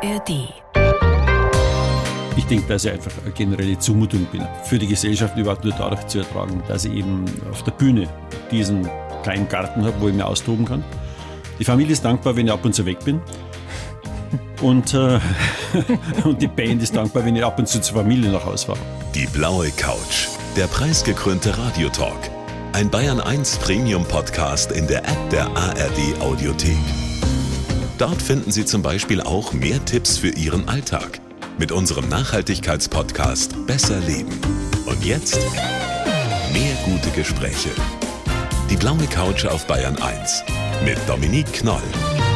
ARD. Ich denke, dass ich einfach eine generelle Zumutung bin. Für die Gesellschaft überhaupt nur dadurch zu ertragen, dass ich eben auf der Bühne diesen kleinen Garten habe, wo ich mich austoben kann. Die Familie ist dankbar, wenn ich ab und zu weg bin. Und die Band ist dankbar, wenn ich ab und zu zur Familie nach Hause fahre. Die blaue Couch, der preisgekrönte Radiotalk. Ein Bayern 1 Premium-Podcast in der App der ARD Audiothek. Dort finden Sie zum Beispiel auch mehr Tipps für Ihren Alltag. Mit unserem Nachhaltigkeitspodcast Besser Leben. Und jetzt mehr gute Gespräche. Die blaue Couch auf Bayern 1 mit Dominique Knoll.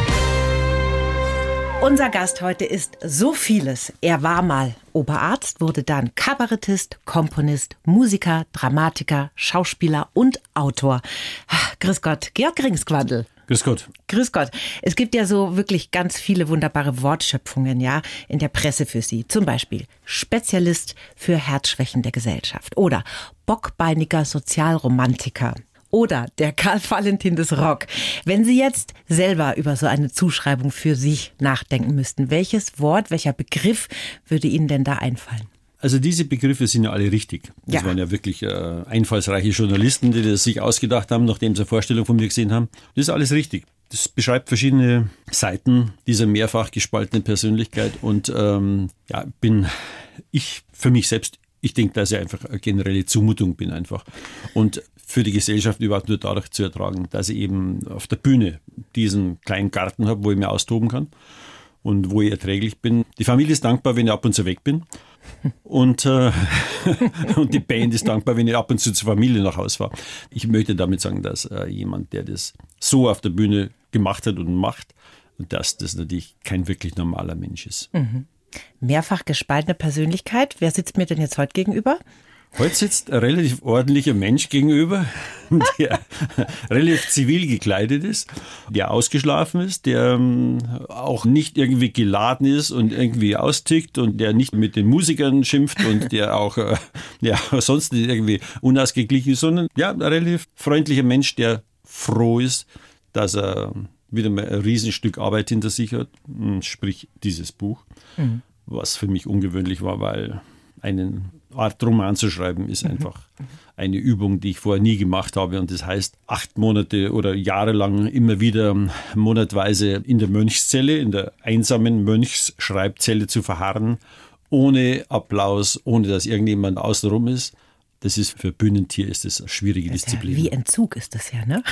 Unser Gast heute ist so vieles. Er war mal Oberarzt, wurde dann Kabarettist, Komponist, Musiker, Dramatiker, Schauspieler und Autor. Grüß Gott, Georg Ringsquandl. Grüß Gott. Grüß Gott. Es gibt ja so wirklich ganz viele wunderbare Wortschöpfungen, ja, in der Presse für Sie. Zum Beispiel Spezialist für Herzschwächen der Gesellschaft oder bockbeiniger Sozialromantiker. Oder der Karl Valentin des Rock. Wenn Sie jetzt selber über so eine Zuschreibung für sich nachdenken müssten, welches Wort, welcher Begriff würde Ihnen denn da einfallen? Also diese Begriffe sind ja alle richtig. Das waren ja wirklich einfallsreiche Journalisten, die das sich ausgedacht haben, nachdem sie eine Vorstellung von mir gesehen haben. Das ist alles richtig. Das beschreibt verschiedene Seiten dieser mehrfach gespaltenen Persönlichkeit. Und bin ich für mich selbst, ich denke, dass ich einfach eine generelle Zumutung bin einfach. Und für die Gesellschaft überhaupt nur dadurch zu ertragen, dass ich eben auf der Bühne diesen kleinen Garten habe, wo ich mich austoben kann und wo ich erträglich bin. Die Familie ist dankbar, wenn ich ab und zu weg bin. Und die Band ist dankbar, wenn ich ab und zu zur Familie nach Hause fahre. Ich möchte damit sagen, dass jemand, der das so auf der Bühne gemacht hat und macht, dass das natürlich kein wirklich normaler Mensch ist. Mhm. Mehrfach gespaltene Persönlichkeit. Wer sitzt mir denn jetzt heute gegenüber? Heute sitzt ein relativ ordentlicher Mensch gegenüber, der relativ zivil gekleidet ist, der ausgeschlafen ist, der auch nicht irgendwie geladen ist und irgendwie austickt und der nicht mit den Musikern schimpft und der auch sonst nicht irgendwie unausgeglichen ist, sondern ein relativ freundlicher Mensch, der froh ist, dass er wieder mal ein Riesenstück Arbeit hinter sich hat, sprich dieses Buch, was für mich ungewöhnlich war, weil einen Art Roman zu schreiben ist einfach eine Übung, die ich vorher nie gemacht habe. Und das heißt, 8 Monate oder jahrelang immer wieder monatweise in der Mönchszelle, in der einsamen Mönchsschreibzelle zu verharren, ohne Applaus, ohne dass irgendjemand außenrum ist. Das ist für Bühnentier ist das eine schwierige Disziplin. Ja, wie Entzug ist das ja, ne?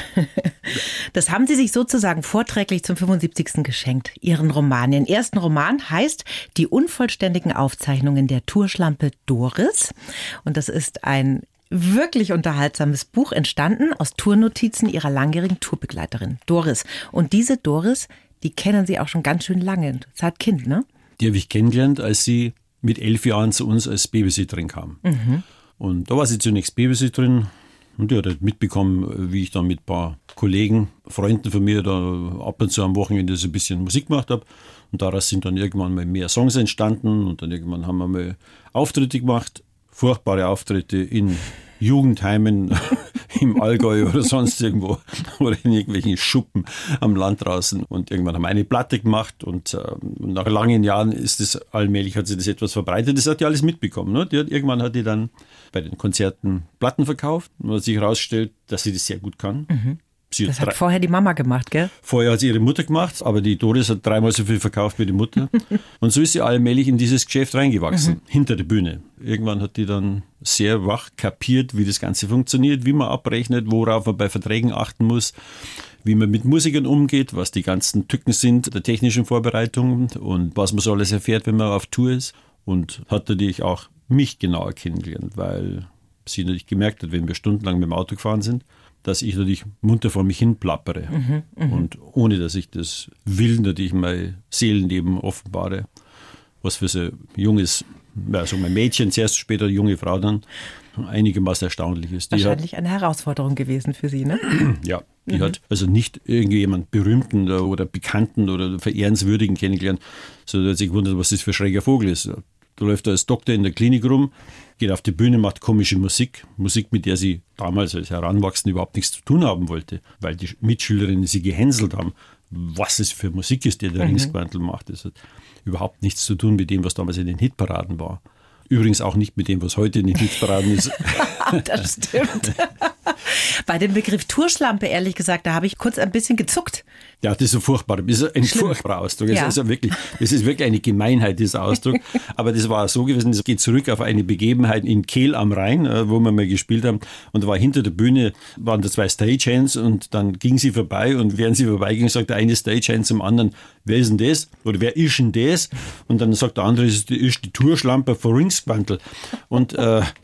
Das haben Sie sich sozusagen vorträglich zum 75. geschenkt, Ihren Roman. Ihren ersten Roman heißt Die unvollständigen Aufzeichnungen der Tourschlampe Doris. Und das ist ein wirklich unterhaltsames Buch, entstanden aus Tournotizen Ihrer langjährigen Tourbegleiterin Doris. Und diese Doris, die kennen Sie auch schon ganz schön lange, seit Kind, ne? Die habe ich kennengelernt, als sie mit 11 Jahren zu uns als Babysitterin kam. Und da war sie zunächst Babysitterin und die hat halt mitbekommen, wie ich dann mit ein paar Kollegen, Freunden von mir da ab und zu am Wochenende so ein bisschen Musik gemacht habe. Und daraus sind dann irgendwann mal mehr Songs entstanden und dann irgendwann haben wir mal Auftritte gemacht, furchtbare Auftritte in Jugendheimen im Allgäu oder sonst irgendwo oder in irgendwelchen Schuppen am Land draußen. Und irgendwann haben wir eine Platte gemacht und nach langen Jahren ist es allmählich, hat sich das etwas verbreitet. Das hat die alles mitbekommen. Ne? Irgendwann hat die dann bei den Konzerten Platten verkauft und hat sich herausgestellt, dass sie das sehr gut kann. Das hat vorher die Mama gemacht, gell? Vorher hat sie ihre Mutter gemacht, aber die Doris hat 3-mal so viel verkauft wie die Mutter. Und so ist sie allmählich in dieses Geschäft reingewachsen, hinter der Bühne. Irgendwann hat die dann sehr wach kapiert, wie das Ganze funktioniert, wie man abrechnet, worauf man bei Verträgen achten muss, wie man mit Musikern umgeht, was die ganzen Tücken sind der technischen Vorbereitung und was man so alles erfährt, wenn man auf Tour ist. Und hat natürlich auch mich genauer kennengelernt, weil sie natürlich gemerkt hat, wenn wir stundenlang mit dem Auto gefahren sind, dass ich natürlich munter vor mich hin plappere. Und ohne, dass ich das will, natürlich mein Seelenleben offenbare, was für so ein junges, also mein Mädchen, zuerst später junge Frau dann, einigermaßen erstaunlich ist. Wahrscheinlich eine Herausforderung gewesen für Sie, ne? Ja, die hat also nicht irgendjemand Berühmten oder Bekannten oder Verehrenswürdigen kennengelernt, sondern hat sich gewundert, was das für ein schräger Vogel ist. Da läuft er als Doktor in der Klinik rum, geht auf die Bühne, macht komische Musik, mit der sie damals als Heranwachsende überhaupt nichts zu tun haben wollte, weil die Mitschülerinnen sie gehänselt haben. Was es für Musik ist, die der Ringsquantl macht, das hat überhaupt nichts zu tun mit dem, was damals in den Hitparaden war. Übrigens auch nicht mit dem, was heute in den Hitparaden ist. Das stimmt. Bei dem Begriff Tourschlampe, ehrlich gesagt, da habe ich kurz ein bisschen gezuckt. Ja, das ist so furchtbar. Das ist ein furchtbarer Ausdruck. Ja. Es ist wirklich eine Gemeinheit, dieser Ausdruck. Aber das war so gewesen, das geht zurück auf eine Begebenheit in Kehl am Rhein, wo wir mal gespielt haben. Und da war hinter der Bühne, waren da 2 Stagehands und dann ging sie vorbei und während sie vorbeiging, sagt der eine Stagehand zum anderen, wer ist denn das? Oder wer ist denn das? Und dann sagt der andere, das ist die Tourschlampe von Ringsquantl. Und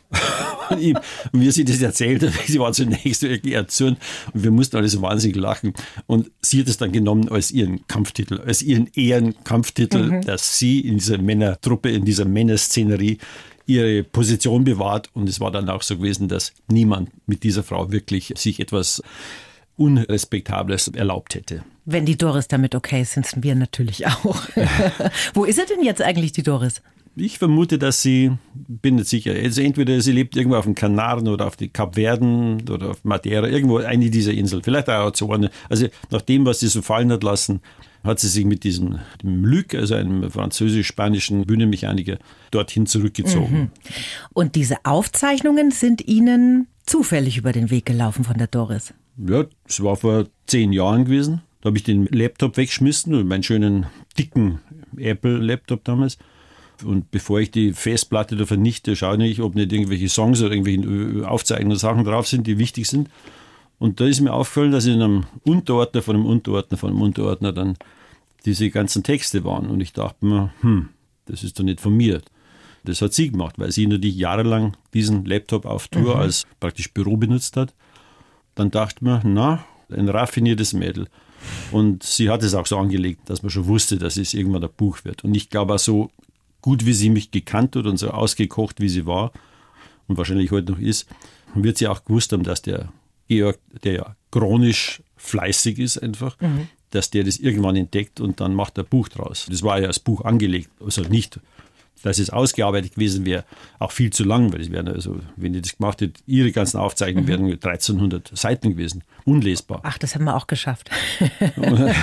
wie sie das erzählt hat, sie war zunächst wirklich erzürnt und wir mussten alle so wahnsinnig lachen. Und sie hat es dann genommen als ihren Kampftitel, als ihren Ehrenkampftitel, dass sie in dieser Männertruppe, in dieser Männerszenerie ihre Position bewahrt. Und es war dann auch so gewesen, dass niemand mit dieser Frau wirklich sich etwas Unrespektables erlaubt hätte. Wenn die Doris damit okay ist, sind wir natürlich auch. Wo ist er denn jetzt eigentlich, die Doris? Ich vermute, dass sie, bin nicht sicher, also entweder sie lebt irgendwo auf den Kanaren oder auf den Kapverden oder auf Madeira, irgendwo eine dieser Inseln, vielleicht auch Azoren. Also nach dem, was sie so fallen hat lassen, hat sie sich mit dem Luc, also einem französisch-spanischen Bühnenmechaniker, dorthin zurückgezogen. Und diese Aufzeichnungen sind Ihnen zufällig über den Weg gelaufen von der Doris? Ja, das war vor 10 Jahren gewesen. Da habe ich den Laptop weggeschmissen und meinen schönen, dicken Apple-Laptop damals. Und bevor ich die Festplatte da vernichte, schaue ich, ob nicht irgendwelche Songs oder irgendwelche Aufzeichnungen, Sachen drauf sind, die wichtig sind. Und da ist mir aufgefallen, dass in einem Unterordner von einem Unterordner von einem Unterordner dann diese ganzen Texte waren. Und ich dachte mir, das ist doch nicht von mir. Das hat sie gemacht, weil sie natürlich jahrelang diesen Laptop auf Tour als praktisch Büro benutzt hat. Dann dachte ich mir, ein raffiniertes Mädel. Und sie hat es auch so angelegt, dass man schon wusste, dass es irgendwann ein Buch wird. Und ich glaube auch so gut, wie sie mich gekannt hat und so ausgekocht, wie sie war und wahrscheinlich heute noch ist, wird sie auch gewusst haben, dass der Georg, der ja chronisch fleißig ist einfach, dass der das irgendwann entdeckt und dann macht er ein Buch draus. Das war ja als Buch angelegt, also nicht, dass es ausgearbeitet gewesen wäre, auch viel zu lang, weil es wären also, wenn ihr das gemacht hättet, ihre ganzen Aufzeichnungen wären 1300 Seiten gewesen, unlesbar. Ach, das haben wir auch geschafft. Und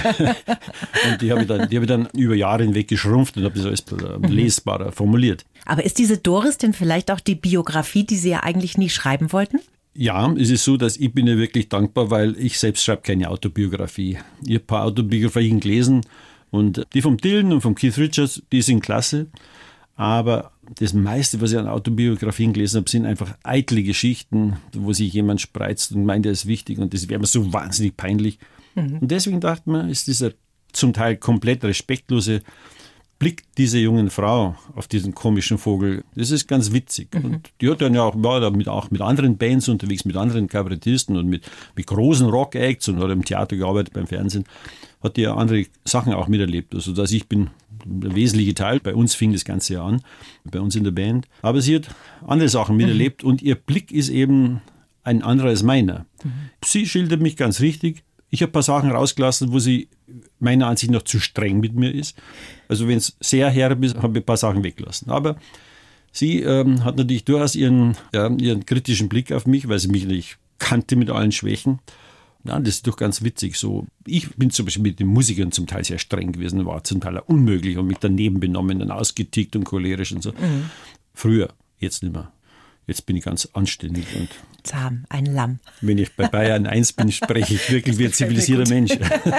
die habe ich dann über Jahre hinweg geschrumpft und habe das alles lesbarer formuliert. Aber ist diese Doris denn vielleicht auch die Biografie, die Sie ja eigentlich nie schreiben wollten? Ja, es ist so, dass ich bin ja wirklich dankbar, weil ich selbst schreibe keine Autobiografie. Ich habe ein paar Autobiografien gelesen und die vom Dylan und vom Keith Richards, die sind klasse. Aber das meiste, was ich an Autobiografien gelesen habe, sind einfach eitle Geschichten, wo sich jemand spreizt und meint, er ist wichtig und das wäre mir so wahnsinnig peinlich. Und deswegen dachte man, ist dieser zum Teil komplett respektlose Blick dieser jungen Frau auf diesen komischen Vogel, das ist ganz witzig. Und die hat dann ja auch mit anderen Bands unterwegs, mit anderen Kabarettisten und mit großen Rock-Acts und hat im Theater gearbeitet, beim Fernsehen, hat die ja andere Sachen auch miterlebt. Also dass ich bin der wesentliche Teil. Bei uns fing das Ganze ja an, bei uns in der Band. Aber sie hat andere Sachen miterlebt und ihr Blick ist eben ein anderer als meiner. Sie schildert mich ganz richtig. Ich habe ein paar Sachen rausgelassen, wo sie meiner Ansicht nach zu streng mit mir ist. Also wenn es sehr herb ist, habe ich ein paar Sachen weggelassen. Aber sie hat natürlich durchaus ihren kritischen Blick auf mich, weil sie mich natürlich kannte mit allen Schwächen. Ja, das ist doch ganz witzig so. Ich bin zum Beispiel mit den Musikern zum Teil sehr streng gewesen, war zum Teil auch unmöglich und mich daneben benommen und ausgetickt und cholerisch und so. Früher, jetzt nicht mehr. Jetzt bin ich ganz anständig und zahm, ein Lamm. Wenn ich bei Bayern 1 bin, spreche ich wirklich wie ein zivilisierter Mensch.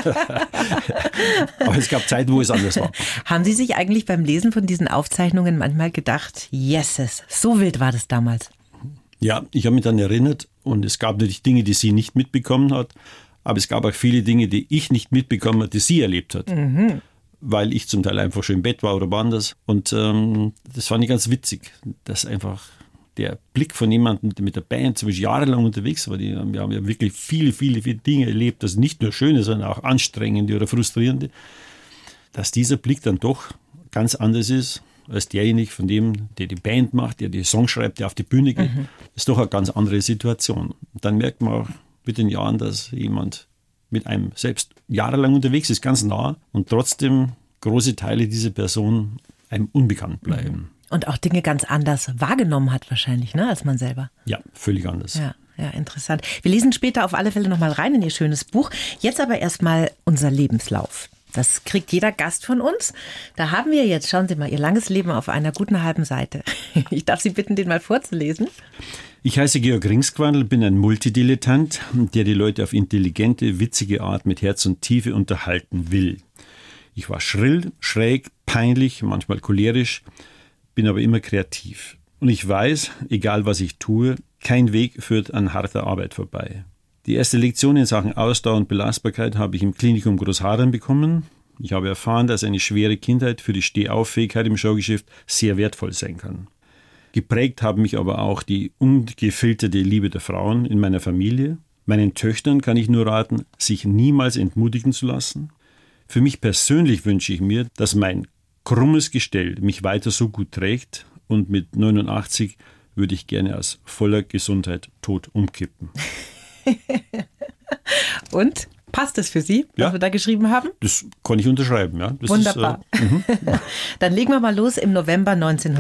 Aber es gab Zeiten, wo es anders war. Haben Sie sich eigentlich beim Lesen von diesen Aufzeichnungen manchmal gedacht, yeses, so wild war das damals? Ja, ich habe mich dann erinnert und es gab natürlich Dinge, die sie nicht mitbekommen hat, aber es gab auch viele Dinge, die ich nicht mitbekommen habe, die sie erlebt hat. Weil ich zum Teil einfach schon im Bett war oder woanders. Und das fand ich ganz witzig, dass einfach der Blick von jemandem, der mit der Band zum Beispiel jahrelang unterwegs war, wir haben ja wirklich viele Dinge erlebt, also nicht nur schöne, sondern auch anstrengende oder frustrierende, dass dieser Blick dann doch ganz anders ist als derjenige von dem, der die Band macht, der die Songs schreibt, der auf die Bühne geht. Das ist doch eine ganz andere Situation. Und dann merkt man auch mit den Jahren, dass jemand mit einem selbst jahrelang unterwegs ist, ganz nah und trotzdem große Teile dieser Person einem unbekannt bleiben. Und auch Dinge ganz anders wahrgenommen hat wahrscheinlich, ne, als man selber. Ja, völlig anders. Ja, interessant. Wir lesen später auf alle Fälle nochmal rein in Ihr schönes Buch. Jetzt aber erstmal unser Lebenslauf. Das kriegt jeder Gast von uns. Da haben wir jetzt, schauen Sie mal, Ihr langes Leben auf einer guten halben Seite. Ich darf Sie bitten, den mal vorzulesen. Ich heiße Georg Ringsquandl, bin ein Multidilettant, der die Leute auf intelligente, witzige Art mit Herz und Tiefe unterhalten will. Ich war schrill, schräg, peinlich, manchmal cholerisch, bin aber immer kreativ. Und ich weiß, egal was ich tue, kein Weg führt an harter Arbeit vorbei. Die erste Lektion in Sachen Ausdauer und Belastbarkeit habe ich im Klinikum Großhadern bekommen. Ich habe erfahren, dass eine schwere Kindheit für die Stehauffähigkeit im Showgeschäft sehr wertvoll sein kann. Geprägt haben mich aber auch die ungefilterte Liebe der Frauen in meiner Familie. Meinen Töchtern kann ich nur raten, sich niemals entmutigen zu lassen. Für mich persönlich wünsche ich mir, dass mein krummes Gestell mich weiter so gut trägt, und mit 89 würde ich gerne aus voller Gesundheit tot umkippen. Und? Passt das für Sie, was wir da geschrieben haben? Das kann ich unterschreiben, ja. Das wunderbar. Dann legen wir mal los. Im November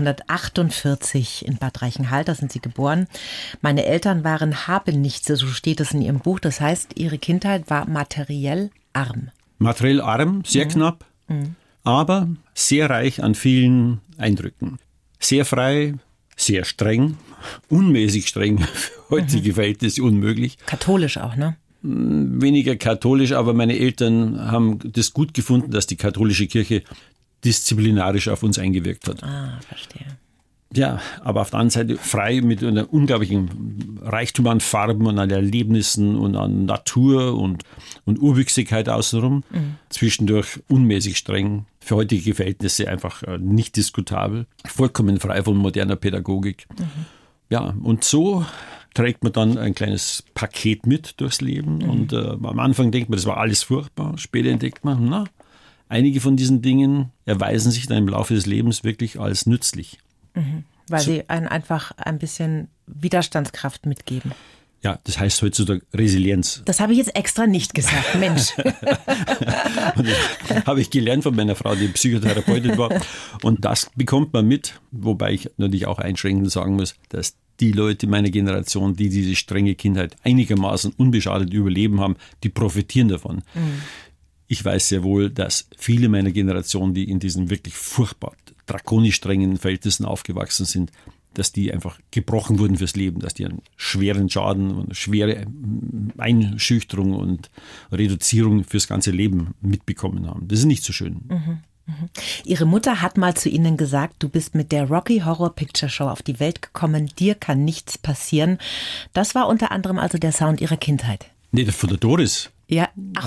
1948 in Bad Reichenhall, da sind Sie geboren. Meine Eltern waren Habenichtse, so steht es in Ihrem Buch. Das heißt, Ihre Kindheit war materiell arm. Materiell arm, sehr knapp, aber sehr reich an vielen Eindrücken. Sehr frei, sehr streng, unmäßig streng, für heutige Verhältnisse unmöglich. Katholisch auch, ne? Weniger katholisch, aber meine Eltern haben das gut gefunden, dass die katholische Kirche disziplinarisch auf uns eingewirkt hat. Verstehe. Ja, aber auf der anderen Seite frei mit einer unglaublichen Reichtum an Farben und an Erlebnissen und an Natur und Urwüchsigkeit außenrum. Zwischendurch unmäßig streng, für heutige Verhältnisse einfach nicht diskutabel. Vollkommen frei von moderner Pädagogik. Ja, und so trägt man dann ein kleines Paket mit durchs Leben. Und am Anfang denkt man, das war alles furchtbar. Später entdeckt man, einige von diesen Dingen erweisen sich dann im Laufe des Lebens wirklich als nützlich. Weil sie einen einfach ein bisschen Widerstandskraft mitgeben. Ja, das heißt heutzutage Resilienz. Das habe ich jetzt extra nicht gesagt, Mensch. Und das habe ich gelernt von meiner Frau, die Psychotherapeutin war. Und das bekommt man mit, wobei ich natürlich auch einschränkend sagen muss, dass die Leute meiner Generation, die diese strenge Kindheit einigermaßen unbeschadet überleben haben, die profitieren davon. Ich weiß sehr wohl, dass viele meiner Generation, die in diesen wirklich furchtbar drakonisch strengen Verhältnissen aufgewachsen sind, dass die einfach gebrochen wurden fürs Leben, dass die einen schweren Schaden und eine schwere Einschüchterung und Reduzierung fürs ganze Leben mitbekommen haben. Das ist nicht so schön. Ihre Mutter hat mal zu Ihnen gesagt, du bist mit der Rocky Horror Picture Show auf die Welt gekommen, dir kann nichts passieren. Das war unter anderem also der Sound Ihrer Kindheit. Nee, von der Doris. Ja,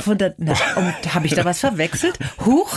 habe ich da was verwechselt? Huch!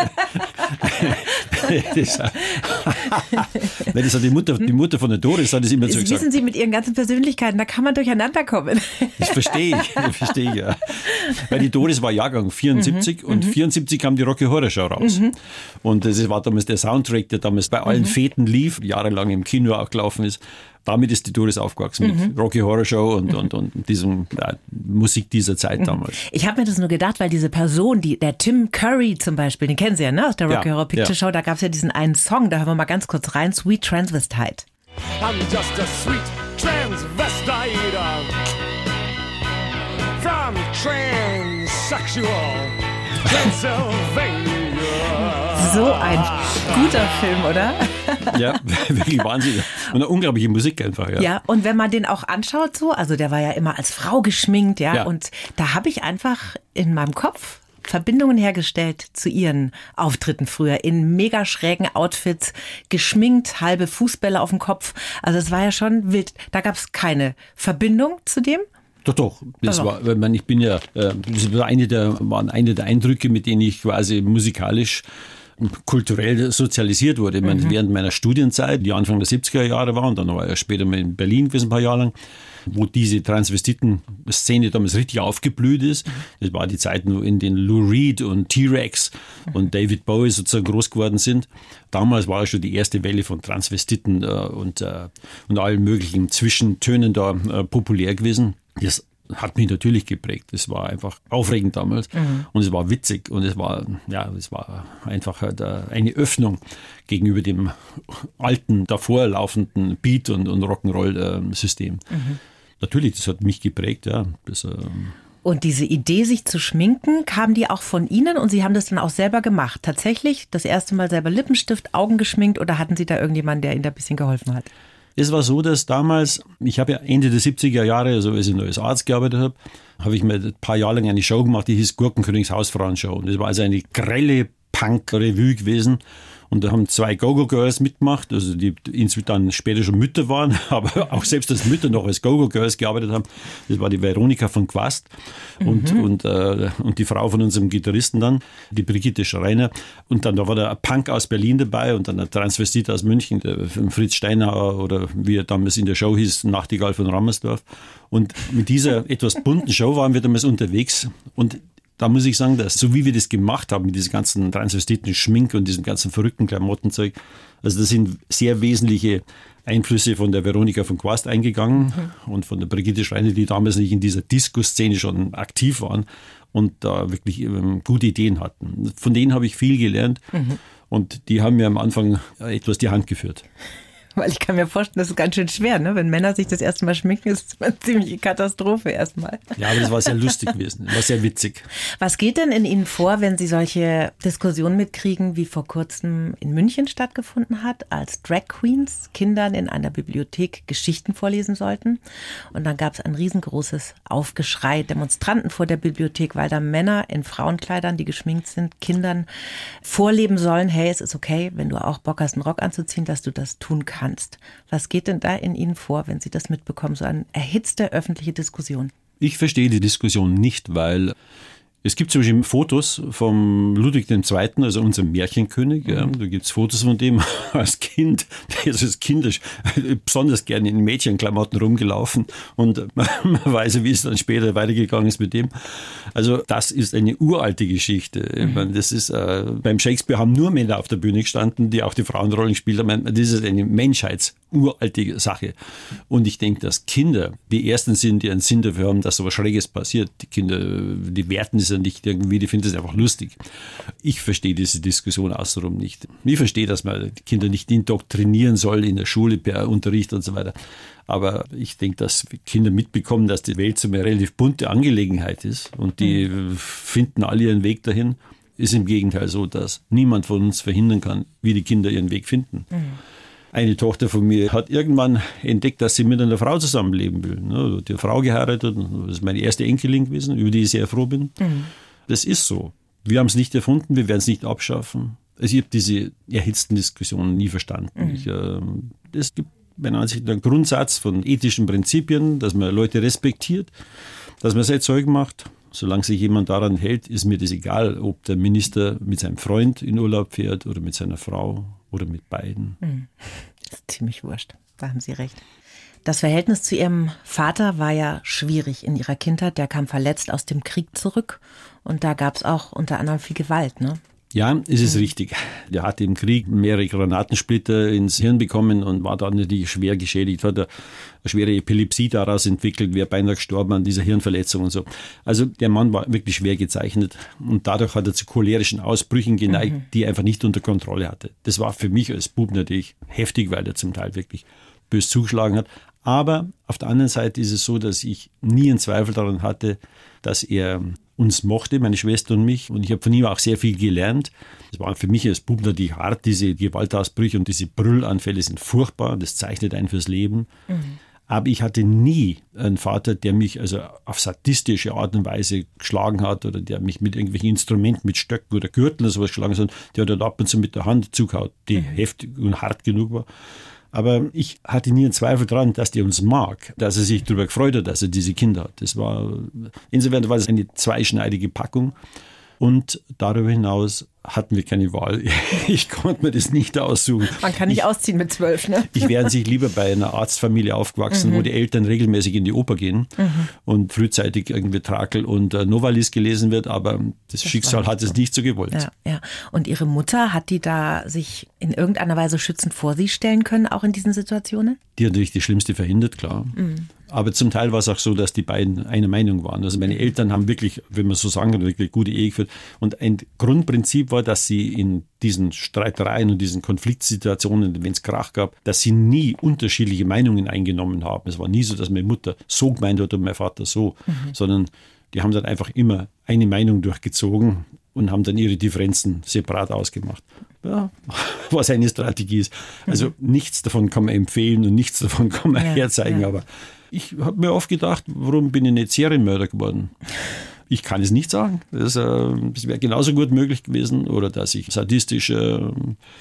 Das hat die Mutter von der Doris hat das immer so gesagt. Wissen Sie, mit Ihren ganzen Persönlichkeiten, da kann man durcheinander kommen. Das verstehe ich, ja. Weil die Doris war Jahrgang 74 und 74 kam die Rocky Horror Show raus. Und das war damals der Soundtrack, der damals bei allen Feten lief, jahrelang im Kino auch gelaufen ist. Damit ist die Doris aufgewachsen mit Rocky Horror Show und diesem Musik dieser Zeit damals. Ich habe mir das nur gedacht, weil diese Person, der Tim Curry zum Beispiel, den kennen Sie ja, ne, aus der Rocky Horror Picture Show, da gab es ja diesen einen Song, da hören wir mal ganz kurz rein, Sweet Transvestite. I'm just a sweet transvestite from transsexual Transylvania. So ein guter Film, oder? Ja, wirklich Wahnsinn. Und eine unglaubliche Musik einfach, ja. Ja, und wenn man den auch anschaut so, also der war ja immer als Frau geschminkt, ja. Und da habe ich einfach in meinem Kopf Verbindungen hergestellt zu ihren Auftritten früher in mega schrägen Outfits, geschminkt, halbe Fußbälle auf dem Kopf. Also es war ja schon wild. Da gab es keine Verbindung zu dem. Doch. Das war, ich bin ja, das war eine der Eindrücke, mit denen ich quasi musikalisch kulturell sozialisiert wurde. Ich meine, während meiner Studienzeit, die Anfang der 70er Jahre war, und dann war ich später mal in Berlin gewesen, ein paar Jahre lang, wo diese Transvestiten-Szene damals richtig aufgeblüht ist. Das war die Zeit, in denen Lou Reed und T-Rex und David Bowie sozusagen groß geworden sind. Damals war schon die erste Welle von Transvestiten und allen möglichen Zwischentönen da populär gewesen. Das hat mich natürlich geprägt. Es war einfach aufregend damals und es war witzig und es war einfach halt eine Öffnung gegenüber dem alten, davor laufenden Beat- und Rock'n'Roll-System. Natürlich, das hat mich geprägt, ja. Und diese Idee, sich zu schminken, kam die auch von Ihnen und Sie haben das dann auch selber gemacht? Tatsächlich das erste Mal selber Lippenstift, Augen geschminkt oder hatten Sie da irgendjemanden, der Ihnen da ein bisschen geholfen hat? Es war so, dass damals, ich habe ja Ende der 70er Jahre, also als ich noch als Arzt gearbeitet habe ich mir ein paar Jahre lang eine Show gemacht, die hieß Gurkenkönigs Hausfrauenshow. Und das war also eine grelle Punk-Revue gewesen. Und da haben 2 Go-Go-Girls mitgemacht, also die dann später schon Mütter waren, aber auch selbst als Mütter noch als Go-Go-Girls gearbeitet haben. Das war die Veronika von Quast und die Frau von unserem Gitarristen dann, die Brigitte Schreiner. Und dann da war da ein Punk aus Berlin dabei und dann ein Transvestit aus München, der Fritz Steinauer oder wie er damals in der Show hieß, Nachtigall von Rammersdorf. Und mit dieser etwas bunten Show waren wir damals unterwegs und da muss ich sagen, dass so wie wir das gemacht haben mit diesem ganzen Transvestiten Schmink und diesem ganzen verrückten Klamottenzeug, also das sind sehr wesentliche Einflüsse von der Veronika von Quast eingegangen und von der Brigitte Schreiner, die damals nicht in dieser Disco-Szene schon aktiv waren und da wirklich gute Ideen hatten. Von denen habe ich viel gelernt und die haben mir am Anfang etwas die Hand geführt. Weil ich kann mir vorstellen, das ist ganz schön schwer, ne? Wenn Männer sich das erste Mal schminken, ist es eine ziemliche Katastrophe erstmal. Ja, aber das war sehr lustig gewesen, war sehr witzig. Was geht denn in Ihnen vor, wenn Sie solche Diskussionen mitkriegen, wie vor kurzem in München stattgefunden hat, als Drag Queens Kindern in einer Bibliothek Geschichten vorlesen sollten? Und dann gab es ein riesengroßes Aufgeschrei, Demonstranten vor der Bibliothek, weil da Männer in Frauenkleidern, die geschminkt sind, Kindern vorleben sollen, hey, es ist okay, wenn du auch Bock hast, einen Rock anzuziehen, dass du das tun kannst. Was geht denn da in Ihnen vor, wenn Sie das mitbekommen, so eine erhitzte öffentliche Diskussion? Ich verstehe die Diskussion nicht, weil es gibt zum Beispiel Fotos vom Ludwig II., also unserem Märchenkönig. Ja, da gibt es Fotos von dem als Kind. Der ist als Kind besonders gerne in Mädchenklamotten rumgelaufen und man weiß, wie es dann später weitergegangen ist mit dem. Also das ist eine uralte Geschichte. Ich meine, das ist beim Shakespeare haben nur Männer auf der Bühne gestanden, die auch die Frauenrollen gespielt haben. Das ist eine menschheitsuralte Sache. Und ich denke, dass Kinder die Ersten sind, die einen Sinn dafür haben, dass so was Schräges passiert. Die Kinder, die werten es ja nicht irgendwie, die finden es einfach lustig. Ich verstehe diese Diskussion außenrum nicht. Ich verstehe, dass man die Kinder nicht indoktrinieren soll in der Schule per Unterricht und so weiter. Aber ich denke, dass Kinder mitbekommen, dass die Welt so eine relativ bunte Angelegenheit ist und die finden alle ihren Weg dahin. Ist im Gegenteil so, dass niemand von uns verhindern kann, wie die Kinder ihren Weg finden. Eine Tochter von mir hat irgendwann entdeckt, dass sie mit einer Frau zusammenleben will. Die Frau geheiratet, das ist meine erste Enkelin gewesen, über die ich sehr froh bin. Das ist so. Wir haben es nicht erfunden, wir werden es nicht abschaffen. Also ich habe diese erhitzten Diskussionen nie verstanden. Es gibt meiner Ansicht nach einen Grundsatz von ethischen Prinzipien, dass man Leute respektiert, dass man sein Zeug macht. Solange sich jemand daran hält, ist mir das egal, ob der Minister mit seinem Freund in Urlaub fährt oder mit seiner Frau oder mit beiden. Das ist ziemlich wurscht, da haben Sie recht. Das Verhältnis zu Ihrem Vater war ja schwierig in Ihrer Kindheit. Der kam verletzt aus dem Krieg zurück und da gab es auch unter anderem viel Gewalt, ne? Ja, es ist richtig. Der hatte im Krieg mehrere Granatensplitter ins Hirn bekommen und war dann natürlich schwer geschädigt, hat eine schwere Epilepsie daraus entwickelt, wäre beinahe gestorben an dieser Hirnverletzung und so. Also der Mann war wirklich schwer gezeichnet und dadurch hat er zu cholerischen Ausbrüchen geneigt, die er einfach nicht unter Kontrolle hatte. Das war für mich als Bub natürlich heftig, weil er zum Teil wirklich bös zugeschlagen hat. Aber auf der anderen Seite ist es so, dass ich nie einen Zweifel daran hatte, dass er uns mochte, meine Schwester und mich. Und ich habe von ihm auch sehr viel gelernt. Das war für mich als Bub natürlich hart, diese Gewaltausbrüche und diese Brüllanfälle sind furchtbar. Das zeichnet einen fürs Leben. Aber ich hatte nie einen Vater, der mich also auf sadistische Art und Weise geschlagen hat oder der mich mit irgendwelchen Instrumenten, mit Stöcken oder Gürteln oder sowas geschlagen hat. Der hat dann ab und zu mit der Hand zugehauen, die heftig und hart genug war. Aber ich hatte nie einen Zweifel daran, dass der uns mag, dass er sich darüber gefreut hat, dass er diese Kinder hat. Insofern war das eine zweischneidige Packung. Und darüber hinaus hatten wir keine Wahl. Ich konnte mir das nicht aussuchen. Man kann nicht ausziehen mit 12, ne? Ich wäre an sich lieber bei einer Arztfamilie aufgewachsen, wo die Eltern regelmäßig in die Oper gehen und frühzeitig irgendwie Trakel und Novalis gelesen wird, aber das Schicksal hat es nicht so gewollt. Ja, ja. Und Ihre Mutter, hat die da sich in irgendeiner Weise schützend vor Sie stellen können, auch in diesen Situationen? Die hat natürlich das Schlimmste verhindert, klar. Aber zum Teil war es auch so, dass die beiden einer Meinung waren. Also meine Eltern haben wirklich, wenn man so sagen kann, wirklich gute Ehe geführt. Und ein Grundprinzip war, dass sie in diesen Streitereien und diesen Konfliktsituationen, wenn es Krach gab, dass sie nie unterschiedliche Meinungen eingenommen haben. Es war nie so, dass meine Mutter so gemeint hat und mein Vater so, sondern die haben dann einfach immer eine Meinung durchgezogen und haben dann ihre Differenzen separat ausgemacht. Ja, was eine Strategie ist. Also nichts davon kann man empfehlen und nichts davon kann man herzeigen, aber ich habe mir oft gedacht, warum bin ich nicht Serienmörder geworden? Ich kann es nicht sagen. Das wäre genauso gut möglich gewesen. Oder dass ich sadistischer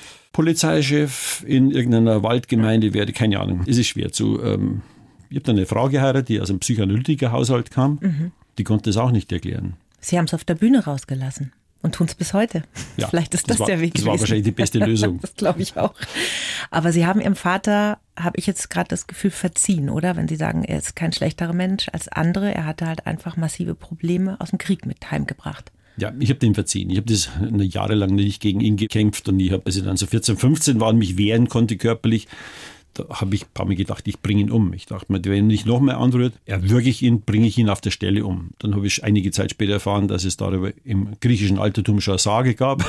Polizeichef in irgendeiner Waldgemeinde werde. Keine Ahnung. Es ist schwer zu... Ich habe dann eine Frau geheiratet, die aus einem Psychoanalytiker-Haushalt kam. Die konnte es auch nicht erklären. Sie haben es auf der Bühne rausgelassen. Und tun es bis heute. Ja, vielleicht ist das der Weg gewesen. Das war wahrscheinlich die beste Lösung. Das glaube ich auch. Aber Sie haben Ihrem Vater, habe ich jetzt gerade das Gefühl, verziehen, oder? Wenn Sie sagen, er ist kein schlechterer Mensch als andere. Er hatte halt einfach massive Probleme aus dem Krieg mit heimgebracht. Ja, ich habe den verziehen. Ich habe das jahrelang nicht gegen ihn gekämpft. Und ich habe, als ich dann so 14, 15 war und mich wehren konnte körperlich, da habe ich ein paar Mal gedacht, ich bringe ihn um. Ich dachte mir, wenn er mich noch mehr anrührt, erwürge ich ihn, bringe ich ihn auf der Stelle um. Dann habe ich einige Zeit später erfahren, dass es darüber im griechischen Altertum schon eine Sage gab.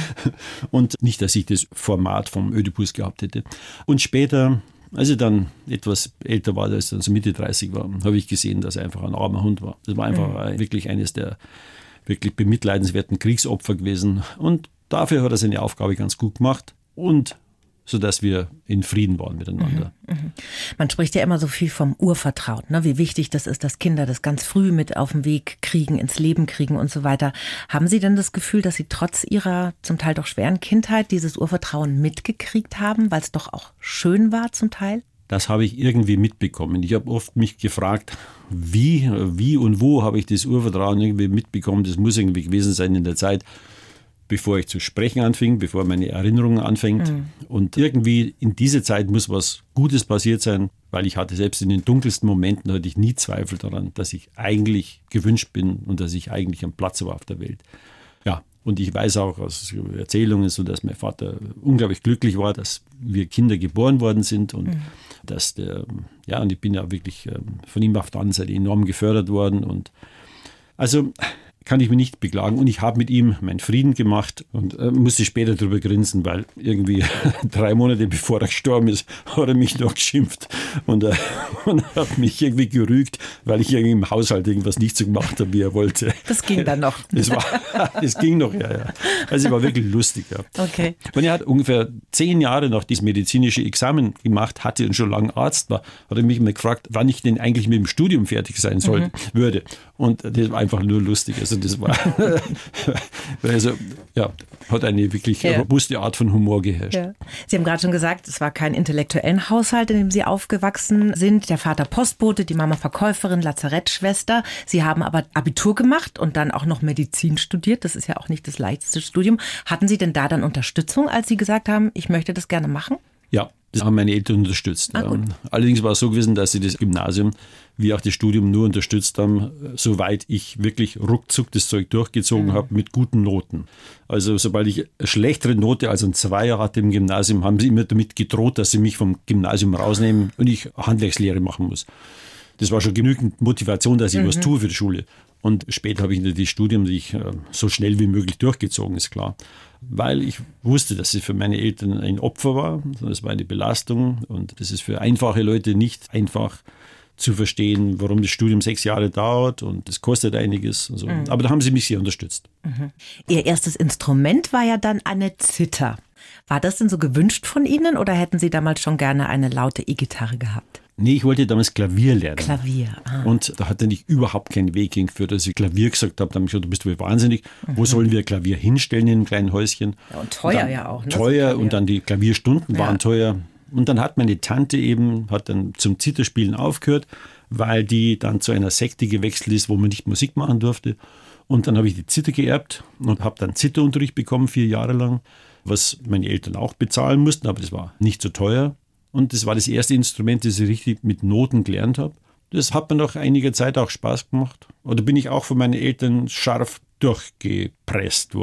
Und nicht, dass ich das Format vom Ödipus gehabt hätte. Und später, als ich dann etwas älter war, als ich dann so Mitte 30 war, habe ich gesehen, dass er einfach ein armer Hund war. Das war einfach wirklich eines der wirklich bemitleidenswerten Kriegsopfer gewesen. Und dafür hat er seine Aufgabe ganz gut gemacht. Und sodass wir in Frieden waren miteinander. Man spricht ja immer so viel vom Urvertrauen, ne? Wie wichtig das ist, dass Kinder das ganz früh mit auf den Weg kriegen, ins Leben kriegen und so weiter. Haben Sie denn das Gefühl, dass Sie trotz Ihrer zum Teil doch schweren Kindheit dieses Urvertrauen mitgekriegt haben, weil es doch auch schön war zum Teil? Das habe ich irgendwie mitbekommen. Ich habe oft mich gefragt, wie und wo habe ich das Urvertrauen irgendwie mitbekommen? Das muss irgendwie gewesen sein in der Zeit, bevor ich zu sprechen anfing, bevor meine Erinnerung anfängt. Und irgendwie in dieser Zeit muss was Gutes passiert sein, weil ich hatte selbst in den dunkelsten Momenten hatte ich nie Zweifel daran, dass ich eigentlich gewünscht bin und dass ich eigentlich am Platz war auf der Welt. Ja, und ich weiß auch aus Erzählungen so, dass mein Vater unglaublich glücklich war, dass wir Kinder geboren worden sind und dass und ich bin ja wirklich von ihm auf der anderen Seite enorm gefördert worden und also kann ich mich nicht beklagen. Und ich habe mit ihm meinen Frieden gemacht und musste später darüber grinsen, weil irgendwie 3 Monate bevor er gestorben ist, hat er mich noch geschimpft und hat mich irgendwie gerügt, weil ich irgendwie im Haushalt irgendwas nicht so gemacht habe, wie er wollte. Das ging dann noch. Das ging noch, ja. Also es war wirklich lustig, ja. Okay. Und er hat ungefähr 10 Jahre nach diesem medizinischen Examen gemacht, hatte und schon lange Arzt war, hat er mich mal gefragt, wann ich denn eigentlich mit dem Studium fertig sein würde. Und das war einfach nur lustig. Also das war, hat eine wirklich robuste Art von Humor geherrscht. Ja. Sie haben gerade schon gesagt, es war kein intellektuellen Haushalt, in dem Sie aufgewachsen sind. Der Vater Postbote, die Mama Verkäuferin, Lazarettschwester. Sie haben aber Abitur gemacht und dann auch noch Medizin studiert. Das ist ja auch nicht das leichteste Studium. Hatten Sie denn da dann Unterstützung, als Sie gesagt haben, ich möchte das gerne machen? Ja, das haben meine Eltern unterstützt. Allerdings war es so gewesen, dass sie das Gymnasium wie auch das Studium nur unterstützt haben, soweit ich wirklich ruckzuck das Zeug durchgezogen habe mit guten Noten. Also sobald ich eine schlechtere Note als ein 2er hatte im Gymnasium, haben sie immer damit gedroht, dass sie mich vom Gymnasium rausnehmen und ich Handwerkslehre machen muss. Das war schon genügend Motivation, dass ich was tue für die Schule. Und später habe ich natürlich das Studium so schnell wie möglich durchgezogen, ist klar. Weil ich wusste, dass es für meine Eltern ein Opfer war. Das war eine Belastung und das ist für einfache Leute nicht einfach zu verstehen, warum das Studium 6 Jahre dauert und das kostet einiges. Und so. Aber da haben sie mich sehr unterstützt. Ihr erstes Instrument war ja dann eine Zither. War das denn so gewünscht von Ihnen oder hätten Sie damals schon gerne eine laute E-Gitarre gehabt? Nee, ich wollte damals Klavier lernen. Klavier. Und da hatte ich überhaupt keinen Weg hingeführt, als ich Klavier gesagt habe. Da habe ich gesagt, du bist wohl wahnsinnig. Wo sollen wir Klavier hinstellen in einem kleinen Häuschen? Ja, und teuer ja auch. Ne? Teuer und dann die Klavierstunden waren teuer. Und dann hat meine Tante hat dann zum Zitherspielen aufgehört, weil die dann zu einer Sekte gewechselt ist, wo man nicht Musik machen durfte. Und dann habe ich die Zither geerbt und habe dann Zitherunterricht bekommen, 4 Jahre lang, was meine Eltern auch bezahlen mussten, aber das war nicht so teuer. Und das war das erste Instrument, das ich richtig mit Noten gelernt habe. Das hat mir nach einiger Zeit auch Spaß gemacht. Oder bin ich auch von meinen Eltern scharf durchgepresst worden.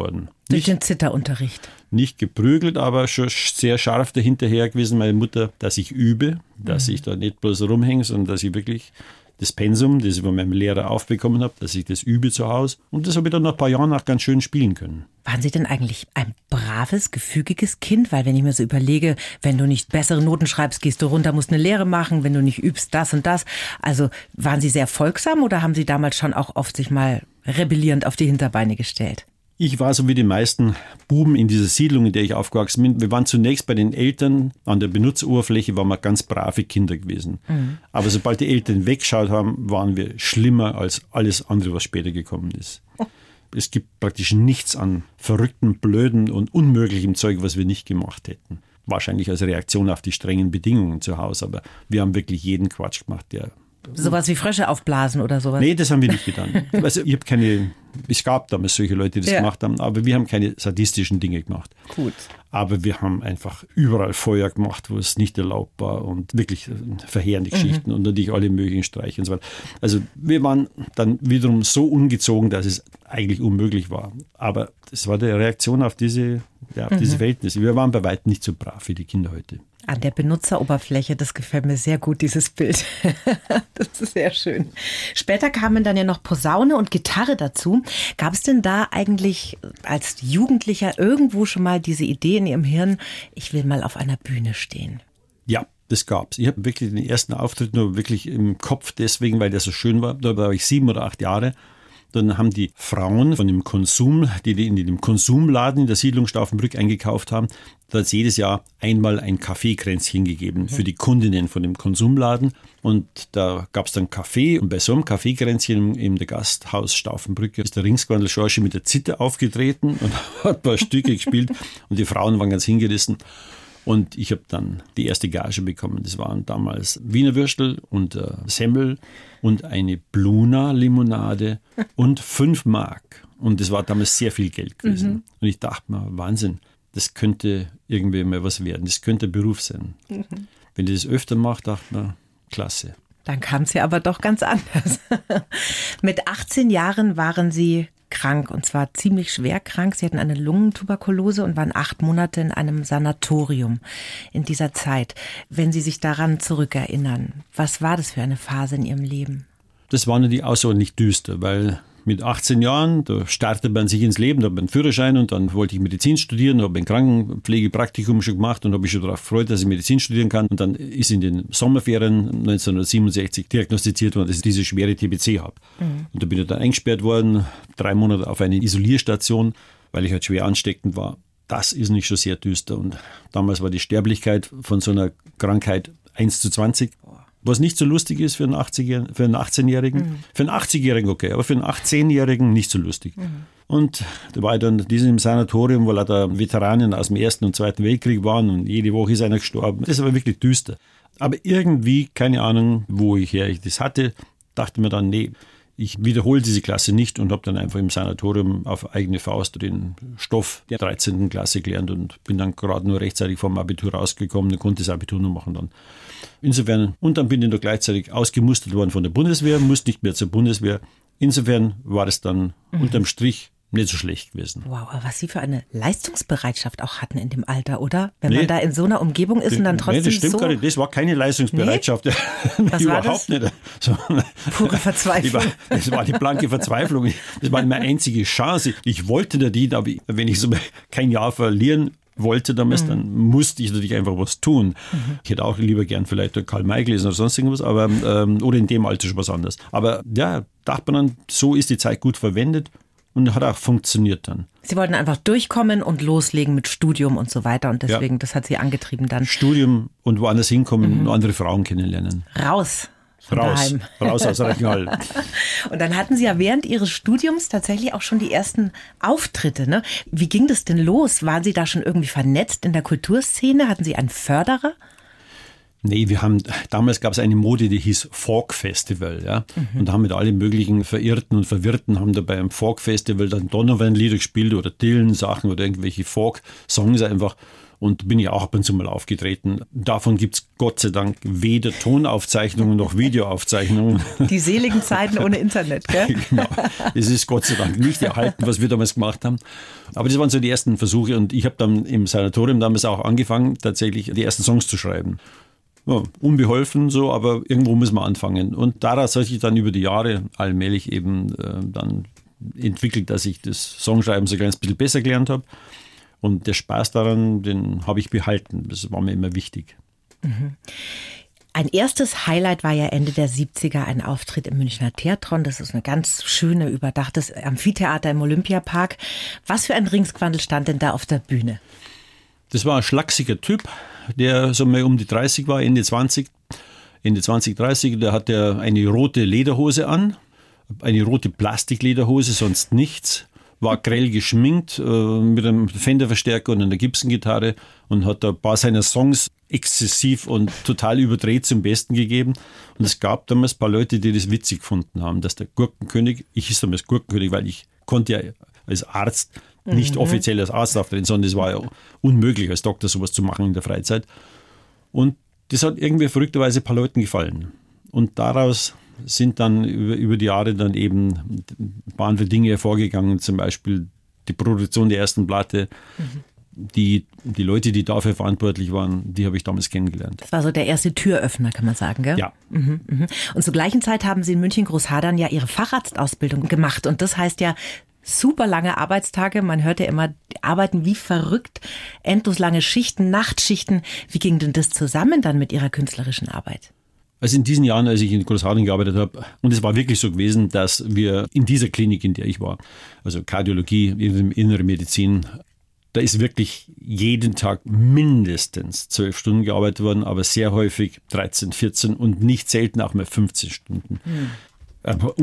Durch den Zitherunterricht. Nicht geprügelt, aber schon sehr scharf dahinterher gewesen, meine Mutter, dass ich übe, dass ich da nicht bloß rumhänge, sondern dass ich wirklich das Pensum, das ich von meinem Lehrer aufbekommen habe, dass ich das übe zu Hause. Und das habe ich dann nach ein paar Jahren auch ganz schön spielen können. Waren Sie denn eigentlich ein braves, gefügiges Kind? Weil wenn ich mir so überlege, wenn du nicht bessere Noten schreibst, gehst du runter, musst eine Lehre machen, wenn du nicht übst, das und das. Also waren Sie sehr folgsam oder haben Sie damals schon auch oft sich mal rebellierend auf die Hinterbeine gestellt? Ich war so wie die meisten Buben in dieser Siedlung, in der ich aufgewachsen bin. Wir waren zunächst bei den Eltern. An der Benutzeroberfläche waren wir ganz brave Kinder gewesen. Aber sobald die Eltern weggeschaut haben, waren wir schlimmer als alles andere, was später gekommen ist. Es gibt praktisch nichts an verrückten, blöden und unmöglichem Zeug, was wir nicht gemacht hätten. Wahrscheinlich als Reaktion auf die strengen Bedingungen zu Hause. Aber wir haben wirklich jeden Quatsch gemacht, der... Sowas wie Frösche aufblasen oder sowas? Nee, das haben wir nicht getan. Also es gab damals solche Leute, die das gemacht haben, aber wir haben keine sadistischen Dinge gemacht. Gut. Aber wir haben einfach überall Feuer gemacht, wo es nicht erlaubt war und wirklich verheerende Geschichten und natürlich alle möglichen Streiche und so weiter. Also wir waren dann wiederum so ungezogen, dass es eigentlich unmöglich war. Aber das war die Reaktion auf diese Verhältnisse. Wir waren bei weitem nicht so brav wie die Kinder heute. An der Benutzeroberfläche, das gefällt mir sehr gut, dieses Bild. Das ist sehr schön. Später kamen dann ja noch Posaune und Gitarre dazu. Gab es denn da eigentlich als Jugendlicher irgendwo schon mal diese Idee in Ihrem Hirn, ich will mal auf einer Bühne stehen? Ja, das gab's. Ich habe wirklich den ersten Auftritt nur wirklich im Kopf deswegen, weil der so schön war. Da war ich 7 oder 8 Jahre. Dann haben die Frauen von dem Konsum, die in dem Konsumladen in der Siedlung Stauffenbrück eingekauft haben, da hat es jedes Jahr einmal ein Kaffeekränzchen gegeben für die Kundinnen von dem Konsumladen. Und da gab es dann Kaffee. Und bei so einem Kaffeekränzchen im Gasthaus Stauffenbrück ist der Ringsquandl Schorsche mit der Zither aufgetreten und hat ein paar Stücke gespielt. Und die Frauen waren ganz hingerissen. Und ich habe dann die erste Gage bekommen. Das waren damals Wiener Würstel und Semmel und eine Bluna-Limonade und 5 Mark. Und das war damals sehr viel Geld gewesen. Und ich dachte mir, Wahnsinn, das könnte irgendwie mal was werden. Das könnte ein Beruf sein. Wenn ich das öfter mache, dachte ich mir, klasse. Dann kam es ja aber doch ganz anders. Mit 18 Jahren waren Sie krank und zwar ziemlich schwer krank. Sie hatten eine Lungentuberkulose und waren 8 Monate in einem Sanatorium in dieser Zeit. Wenn Sie sich daran zurückerinnern, was war das für eine Phase in Ihrem Leben? Das war natürlich außerordentlich düster, weil mit 18 Jahren, da startet man sich ins Leben, da habe ich einen Führerschein und dann wollte ich Medizin studieren, habe ein Krankenpflegepraktikum schon gemacht und habe mich schon darauf gefreut, dass ich Medizin studieren kann. Und dann ist in den Sommerferien 1967 diagnostiziert worden, dass ich diese schwere TBC habe. Und da bin ich dann eingesperrt worden, 3 Monate auf eine Isolierstation, weil ich halt schwer ansteckend war. Das ist nicht schon sehr düster. Und damals war die Sterblichkeit von so einer Krankheit 1:20. Was nicht so lustig ist für einen 18-Jährigen. Für einen 80-Jährigen okay, aber für einen 18-Jährigen nicht so lustig. Und da war ich dann in diesem Sanatorium, wo lauter Veteranen aus dem Ersten und Zweiten Weltkrieg waren und jede Woche ist einer gestorben. Das war wirklich düster. Aber irgendwie, keine Ahnung, woher ich das hatte, dachte mir dann, nee, ich wiederhole diese Klasse nicht und habe dann einfach im Sanatorium auf eigene Faust den Stoff der 13. Klasse gelernt und bin dann gerade nur rechtzeitig vom Abitur rausgekommen und konnte das Abitur noch machen dann. Insofern, und dann bin ich noch gleichzeitig ausgemustert worden von der Bundeswehr, musste nicht mehr zur Bundeswehr. Insofern war es dann unterm Strich nicht so schlecht gewesen. Wow, aber was Sie für eine Leistungsbereitschaft auch hatten in dem Alter, oder? Wenn man da in so einer Umgebung ist und dann trotzdem so... Nee, das stimmt gar nicht. Das war keine Leistungsbereitschaft. Nee? Was war überhaupt das? nicht. So, pure Verzweiflung. Das war die blanke Verzweiflung. Das war meine einzige Chance. Ich wollte natürlich, aber wenn ich so kein Jahr verlieren wollte damals, dann musste ich natürlich einfach was tun. Ich hätte auch lieber gern vielleicht Karl May gelesen oder sonst irgendwas, aber oder in dem Alter schon was anderes. Aber ja, dachte man dann, so ist die Zeit gut verwendet. Und hat auch funktioniert dann. Sie wollten einfach durchkommen und loslegen mit Studium und so weiter. Und deswegen, das hat Sie angetrieben dann. Studium und woanders hinkommen und andere Frauen kennenlernen. Raus aus Reichenhall. Und dann hatten Sie ja während Ihres Studiums tatsächlich auch schon die ersten Auftritte, ne? Wie ging das denn los? Waren Sie da schon irgendwie vernetzt in der Kulturszene? Hatten Sie einen Förderer? Nee, damals gab es eine Mode, die hieß Folk Festival, ja. Und da haben mit allen möglichen Verirrten und Verwirrten haben da beim Folk Festival dann Donovan-Lieder gespielt oder Dylan-Sachen oder irgendwelche Folk-Songs einfach. Und bin ich auch ab und zu mal aufgetreten. Davon gibt es Gott sei Dank weder Tonaufzeichnungen noch Videoaufzeichnungen. Die seligen Zeiten ohne Internet, gell? Genau. Es ist Gott sei Dank nicht erhalten, was wir damals gemacht haben. Aber das waren so die ersten Versuche. Und ich habe dann im Sanatorium damals auch angefangen, tatsächlich die ersten Songs zu schreiben. Ja, unbeholfen so, aber irgendwo muss man anfangen. Und daraus hat sich dann über die Jahre allmählich eben dann entwickelt, dass ich das Songschreiben so ein kleines bisschen besser gelernt habe. Und der Spaß daran, den habe ich behalten. Das war mir immer wichtig. Mhm. Ein erstes Highlight war ja Ende der 70er ein Auftritt im Münchner Teatron. Das ist eine ganz schöne, überdachtes Amphitheater im Olympiapark. Was für ein Ringsquandel stand denn da auf der Bühne? Das war ein schlachsiger Typ, der so mal um die 30 war, Ende 20, 30. Der hatte eine rote Lederhose an, eine rote Plastiklederhose, sonst nichts. War grell geschminkt mit einem Fender-Verstärker und einer Gibson-Gitarre und hat ein paar seiner Songs exzessiv und total überdreht zum Besten gegeben. Und es gab damals ein paar Leute, die das witzig gefunden haben, dass der Gurkenkönig, ich hieß damals Gurkenkönig, weil ich konnte ja als Arzt nicht offiziell als Arzt auftreten, sondern es war ja unmöglich als Doktor sowas zu machen in der Freizeit. Und das hat irgendwie verrückterweise ein paar Leuten gefallen. Und daraus sind dann über die Jahre dann eben ein paar andere Dinge hervorgegangen, zum Beispiel die Produktion der ersten Platte. Die Leute, die dafür verantwortlich waren, die habe ich damals kennengelernt. Das war so der erste Türöffner, kann man sagen, gell? Ja. Und zur gleichen Zeit haben Sie in München-Großhadern ja Ihre Facharztausbildung gemacht. Und das heißt ja super lange Arbeitstage. Man hört ja immer, die arbeiten wie verrückt, endlos lange Schichten, Nachtschichten. Wie ging denn das zusammen dann mit Ihrer künstlerischen Arbeit? Also in diesen Jahren, als ich in Großhadern gearbeitet habe, und es war wirklich so gewesen, dass wir in dieser Klinik, in der ich war, also Kardiologie, innere Medizin, da ist wirklich jeden Tag mindestens 12 Stunden gearbeitet worden, aber sehr häufig 13, 14 und nicht selten auch mal 15 Stunden. Aber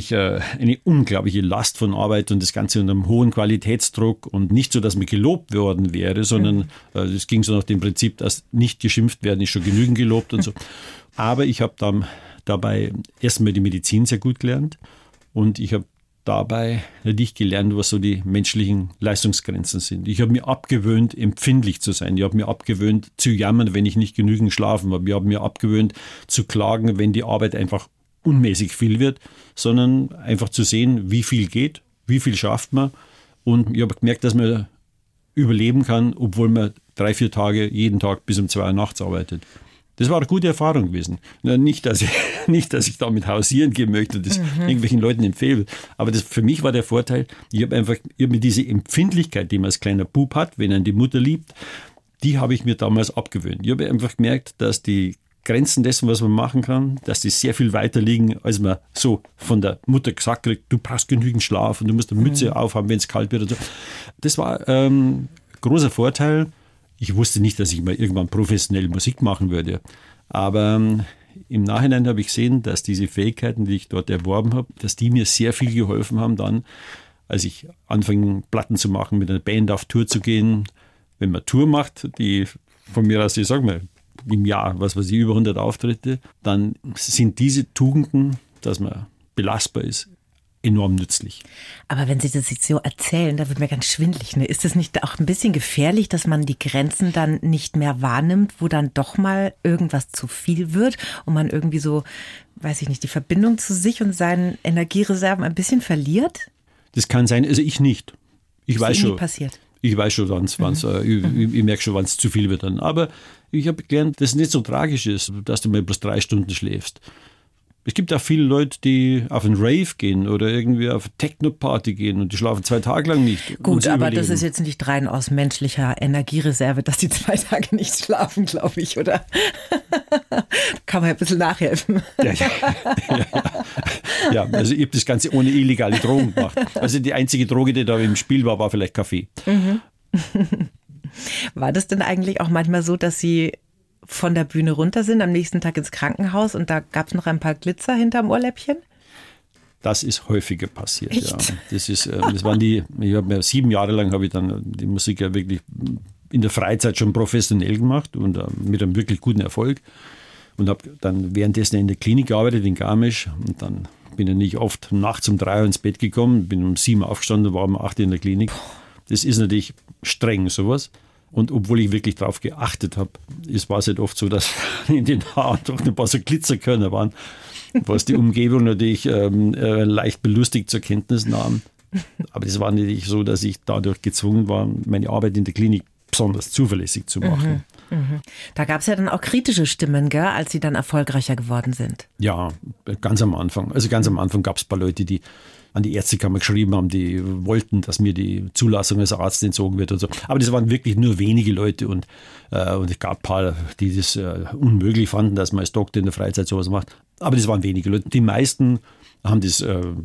eine unglaubliche Last von Arbeit und das Ganze unter einem hohen Qualitätsdruck und nicht so, dass man gelobt worden wäre, sondern es ging so nach dem Prinzip, dass nicht geschimpft werden, ist schon genügend gelobt und so. Aber ich habe dann dabei erstmal die Medizin sehr gut gelernt und ich habe dabei natürlich gelernt, was so die menschlichen Leistungsgrenzen sind. Ich habe mir abgewöhnt, empfindlich zu sein. Ich habe mir abgewöhnt, zu jammern, wenn ich nicht genügend geschlafen habe. Ich habe mir abgewöhnt, zu klagen, wenn die Arbeit einfach unmäßig viel wird, sondern einfach zu sehen, wie viel geht, wie viel schafft man. Und ich habe gemerkt, dass man überleben kann, obwohl man 3-4 Tage jeden Tag bis um 2 Uhr nachts arbeitet. Das war eine gute Erfahrung gewesen. Nicht, dass ich damit hausieren gehen möchte und das irgendwelchen Leuten empfehle. Aber für mich war der Vorteil, ich habe mir diese Empfindlichkeit, die man als kleiner Bub hat, wenn einen die Mutter liebt, die habe ich mir damals abgewöhnt. Ich habe einfach gemerkt, dass die Grenzen dessen, was man machen kann, dass die sehr viel weiter liegen, als man so von der Mutter gesagt kriegt, du brauchst genügend Schlaf und du musst eine Mütze aufhaben, wenn es kalt wird und so. Das war ein großer Vorteil. Ich wusste nicht, dass ich mal irgendwann professionell Musik machen würde. Aber im Nachhinein habe ich gesehen, dass diese Fähigkeiten, die ich dort erworben habe, dass die mir sehr viel geholfen haben dann, als ich anfing, Platten zu machen, mit einer Band auf Tour zu gehen. Wenn man Tour macht, die von mir aus, ich sag mal, im Jahr, was weiß ich, über 100 Auftritte, dann sind diese Tugenden, dass man belastbar ist, enorm nützlich. Aber wenn Sie das jetzt so erzählen, da wird mir ganz schwindelig. Ne? Ist es nicht auch ein bisschen gefährlich, dass man die Grenzen dann nicht mehr wahrnimmt, wo dann doch mal irgendwas zu viel wird und man irgendwie so, weiß ich nicht, die Verbindung zu sich und seinen Energiereserven ein bisschen verliert? Das kann sein, also ich nicht. Ich weiß schon. Passiert. Ich weiß schon, ich merke schon, wann es zu viel wird dann. Aber ich habe gelernt, dass es nicht so tragisch ist, dass du mal bloß 3 Stunden schläfst. Es gibt auch viele Leute, die auf einen Rave gehen oder irgendwie auf eine Techno-Party gehen und die schlafen 2 Tage lang nicht. Gut, aber das ist jetzt nicht rein aus menschlicher Energiereserve, dass die 2 Tage nicht schlafen, glaube ich, oder? Kann man ja ein bisschen nachhelfen. Ja, also ich habe das Ganze ohne illegale Drogen gemacht. Also die einzige Droge, die da im Spiel war vielleicht Kaffee. War das denn eigentlich auch manchmal so, dass Sie von der Bühne runter sind, am nächsten Tag ins Krankenhaus und da gab es noch ein paar Glitzer hinterm Ohrläppchen? Das ist häufiger passiert. Echt? Ja. Das waren ich habe mir 7 Jahre lang habe ich dann die Musik ja wirklich in der Freizeit schon professionell gemacht und mit einem wirklich guten Erfolg und habe dann währenddessen in der Klinik gearbeitet in Garmisch und dann bin ich oft nachts um 3 Uhr ins Bett gekommen, bin um 7 Uhr aufgestanden, war um 8 Uhr in der Klinik. Das ist natürlich streng, sowas. Und obwohl ich wirklich darauf geachtet habe, war es halt oft so, dass in den Haaren doch ein paar so Glitzerkörner waren, was die Umgebung natürlich leicht belustigt zur Kenntnis nahm. Aber das war nicht so, dass ich dadurch gezwungen war, meine Arbeit in der Klinik besonders zuverlässig zu machen. Da gab es ja dann auch kritische Stimmen, gell, als Sie dann erfolgreicher geworden sind. Ja, ganz am Anfang. Also ganz am Anfang gab es ein paar Leute, die an die Ärztekammer geschrieben haben, die wollten, dass mir die Zulassung als Arzt entzogen wird und so. Aber das waren wirklich nur wenige Leute und es gab ein paar, die das unmöglich fanden, dass man als Doktor in der Freizeit sowas macht. Aber das waren wenige Leute. Die meisten haben das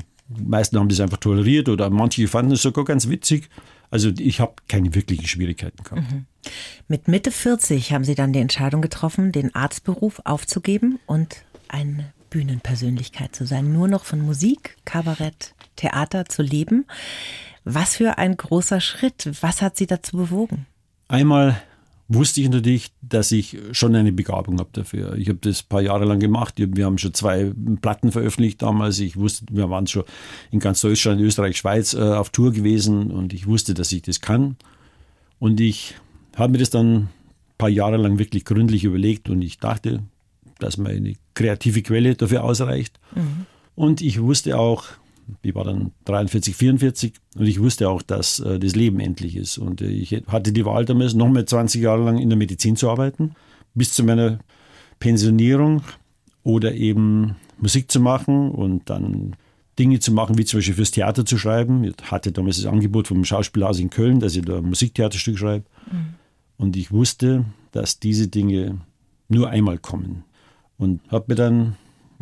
einfach toleriert oder manche fanden es sogar ganz witzig. Also ich habe keine wirklichen Schwierigkeiten gehabt. Mit Mitte 40 haben Sie dann die Entscheidung getroffen, den Arztberuf aufzugeben und eine Bühnenpersönlichkeit zu sein. Nur noch von Musik, Kabarett, Theater zu leben. Was für ein großer Schritt. Was hat Sie dazu bewogen? Einmal wusste ich natürlich, dass ich schon eine Begabung habe dafür. Ich habe das ein paar Jahre lang gemacht. Wir haben schon 2 Platten veröffentlicht damals. Ich wusste, wir waren schon in ganz Deutschland, Österreich, Schweiz auf Tour gewesen und ich wusste, dass ich das kann. Und ich habe mir das dann ein paar Jahre lang wirklich gründlich überlegt und ich dachte, dass meine kreative Quelle dafür ausreicht. Und ich wusste auch, ich war dann 43, 44 und ich wusste auch, dass das Leben endlich ist. Und ich hatte die Wahl damals, nochmal 20 Jahre lang in der Medizin zu arbeiten, bis zu meiner Pensionierung oder eben Musik zu machen und dann Dinge zu machen, wie zum Beispiel fürs Theater zu schreiben. Ich hatte damals das Angebot vom Schauspielhaus in Köln, dass ich da ein Musiktheaterstück schreibe. Und ich wusste, dass diese Dinge nur einmal kommen. Und habe mir dann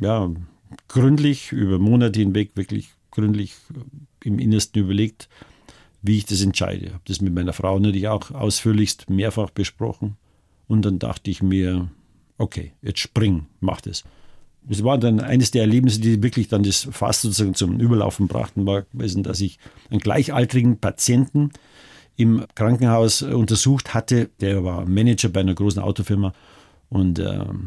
gründlich, über Monate hinweg, wirklich gründlich im Innersten überlegt, wie ich das entscheide. Ich habe das mit meiner Frau natürlich auch ausführlichst mehrfach besprochen. Und dann dachte ich mir, okay, jetzt spring, mach das. Das war dann eines der Erlebnisse, die wirklich dann das Fass sozusagen zum Überlaufen brachten, war gewesen, dass ich einen gleichaltrigen Patienten im Krankenhaus untersucht hatte. Der war Manager bei einer großen Autofirma und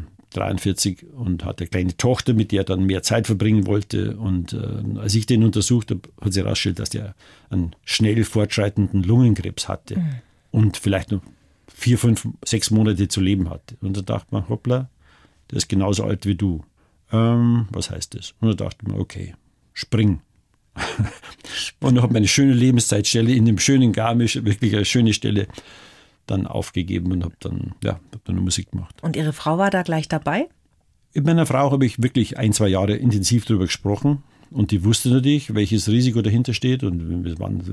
43 und hatte eine kleine Tochter, mit der er dann mehr Zeit verbringen wollte. Und als ich den untersucht habe, hat sich herausgestellt, dass der einen schnell fortschreitenden Lungenkrebs hatte und vielleicht noch 4, 5, 6 Monate zu leben hatte. Und da dachte man, hoppla, der ist genauso alt wie du. Was heißt das? Und da dachte man, okay, spring. Und dann habe ich meine schöne Lebenszeitstelle in dem schönen Garmisch, wirklich eine schöne Stelle, dann aufgegeben und habe dann Musik gemacht. Und Ihre Frau war da gleich dabei? Mit meiner Frau habe ich wirklich 1, 2 Jahre intensiv darüber gesprochen und die wusste natürlich, welches Risiko dahinter steht und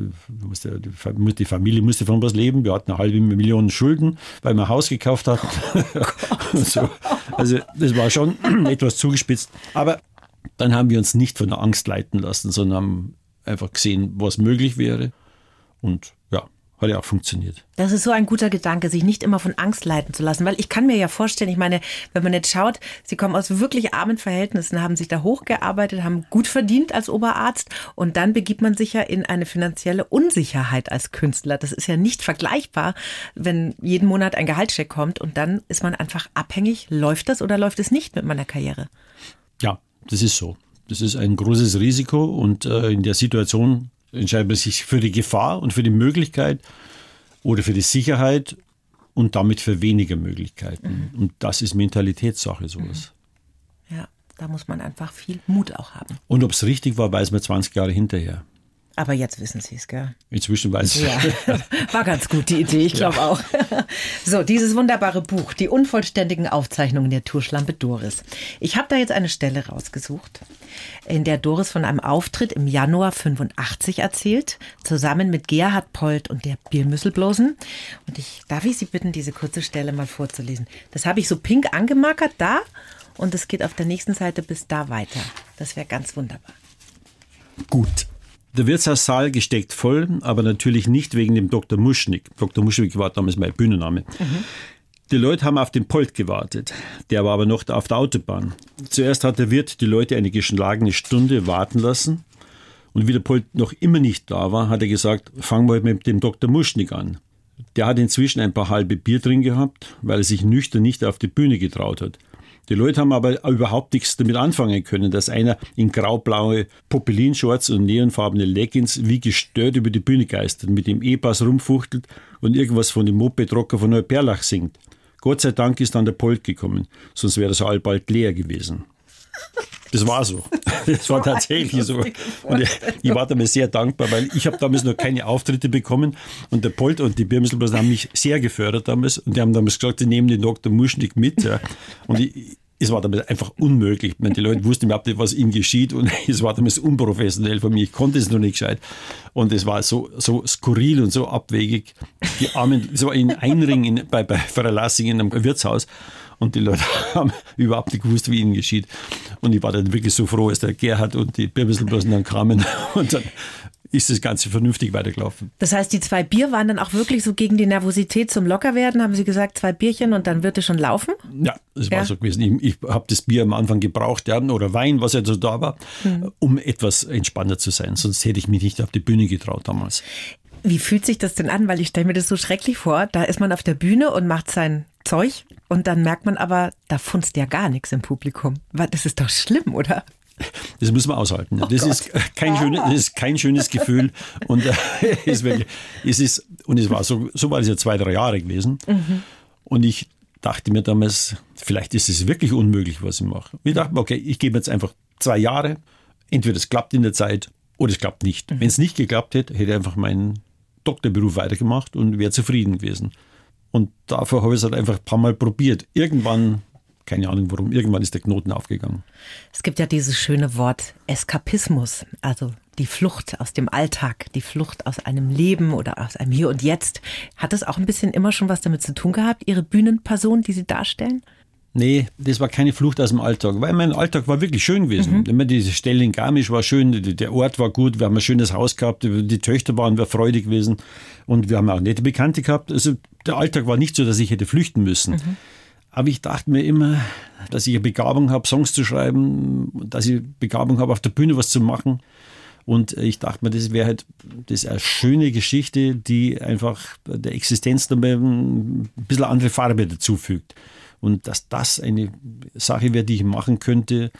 die Familie musste von was leben. Wir hatten 500.000 Schulden, weil wir ein Haus gekauft hatten. Und so. Also das war schon etwas zugespitzt. Aber dann haben wir uns nicht von der Angst leiten lassen, sondern haben einfach gesehen, was möglich wäre und hat ja auch funktioniert. Das ist so ein guter Gedanke, sich nicht immer von Angst leiten zu lassen. Weil ich kann mir ja vorstellen, ich meine, wenn man jetzt schaut, Sie kommen aus wirklich armen Verhältnissen, haben sich da hochgearbeitet, haben gut verdient als Oberarzt und dann begibt man sich ja in eine finanzielle Unsicherheit als Künstler. Das ist ja nicht vergleichbar, wenn jeden Monat ein Gehaltscheck kommt und dann ist man einfach abhängig. Läuft das oder läuft es nicht mit meiner Karriere? Ja, das ist so. Das ist ein großes Risiko und in der Situation entscheidet man sich für die Gefahr und für die Möglichkeit oder für die Sicherheit und damit für weniger Möglichkeiten. Und das ist Mentalitätssache, sowas. Ja, da muss man einfach viel Mut auch haben. Und ob es richtig war, weiß man 20 Jahre hinterher. Aber jetzt wissen Sie es, gell? Inzwischen weiß ich es. Ja, war ganz gut die Idee, ich glaube auch. So, dieses wunderbare Buch, die unvollständigen Aufzeichnungen der Tourschlampe Doris. Ich habe da jetzt eine Stelle rausgesucht, in der Doris von einem Auftritt im Januar 85 erzählt, zusammen mit Gerhard Polt und der Biermüsselblosen. Und darf ich Sie bitten, diese kurze Stelle mal vorzulesen? Das habe ich so pink angemarkert da und es geht auf der nächsten Seite bis da weiter. Das wäre ganz wunderbar. Gut. Der Wirtshaussaal gesteckt voll, aber natürlich nicht wegen dem Dr. Muschnick. Dr. Muschnick war damals mein Bühnenname. Die Leute haben auf den Polt gewartet. Der war aber noch auf der Autobahn. Zuerst hat der Wirt die Leute eine geschlagene Stunde warten lassen. Und wie der Polt noch immer nicht da war, hat er gesagt, fangen wir mit dem Dr. Muschnick an. Der hat inzwischen ein paar halbe Bier drin gehabt, weil er sich nüchtern nicht auf die Bühne getraut hat. Die Leute haben aber überhaupt nichts damit anfangen können, dass einer in graublaue Popelinshorts und neonfarbene Leggings wie gestört über die Bühne geistert, mit dem E-Pass rumfuchtelt und irgendwas von dem Moped-Rocker von Neuperlach singt. Gott sei Dank ist dann der Polt gekommen, sonst wäre der Saal bald leer gewesen. Das war so. Das war tatsächlich so. Und ich war damals sehr dankbar, weil ich habe damals noch keine Auftritte bekommen und der Polt und die Birmisselblasen haben mich sehr gefördert damals und die haben damals gesagt, die nehmen den Dr. Muschnick mit. Ja. Und es war damals einfach unmöglich. Die Leute wussten überhaupt nicht, was ihnen geschieht und es war damals unprofessionell von mir. Ich konnte es noch nicht gescheit. Und es war so skurril und so abwegig. Die Armen, so ein Einring bei Verlassing in einem Wirtshaus. Und die Leute haben überhaupt nicht gewusst, wie ihnen geschieht. Und ich war dann wirklich so froh, als der Gerhard und die Birmisselblasen dann kamen. Und dann ist das Ganze vernünftig weitergelaufen. Das heißt, die 2 Bier waren dann auch wirklich so gegen die Nervosität zum Lockerwerden? Haben Sie gesagt, 2 Bierchen und dann wird es schon laufen? Ja, das war so gewesen. Ich habe das Bier am Anfang gebraucht, ja, oder Wein, was ja so da war, um etwas entspannter zu sein. Sonst hätte ich mich nicht auf die Bühne getraut damals. Wie fühlt sich das denn an? Weil ich stelle mir das so schrecklich vor. Da ist man auf der Bühne und macht sein Zeug und dann merkt man aber, da funzt ja gar nichts im Publikum. Das ist doch schlimm, oder? Das muss man aushalten. Oh das ist kein schönes Gefühl. Und es war so war das ja 2-3 Jahre gewesen. Und ich dachte mir damals, vielleicht ist es wirklich unmöglich, was ich mache. Ich dachte mir, okay, ich gebe jetzt einfach 2 Jahre. Entweder es klappt in der Zeit oder es klappt nicht. Wenn es nicht geklappt hätte, hätte ich einfach meinen Doktorberuf weitergemacht und wäre zufrieden gewesen. Und dafür habe ich es halt einfach ein paar Mal probiert. Irgendwann, keine Ahnung warum, irgendwann ist der Knoten aufgegangen. Es gibt ja dieses schöne Wort Eskapismus, also die Flucht aus dem Alltag, die Flucht aus einem Leben oder aus einem Hier und Jetzt. Hat das auch ein bisschen immer schon was damit zu tun gehabt, Ihre Bühnenperson, die Sie darstellen? Nee, das war keine Flucht aus dem Alltag, weil mein Alltag war wirklich schön gewesen. Diese Stelle in Garmisch war schön, der Ort war gut, wir haben ein schönes Haus gehabt, die Töchter waren freudig gewesen und wir haben auch nette Bekannte gehabt. Also der Alltag war nicht so, dass ich hätte flüchten müssen. Aber ich dachte mir immer, dass ich eine Begabung habe, Songs zu schreiben, dass ich Begabung habe, auf der Bühne was zu machen. Und ich dachte mir, das wäre halt eine schöne Geschichte, die einfach der Existenz noch ein bisschen andere Farbe dazufügt. Und dass das eine Sache wäre, die ich machen könnte,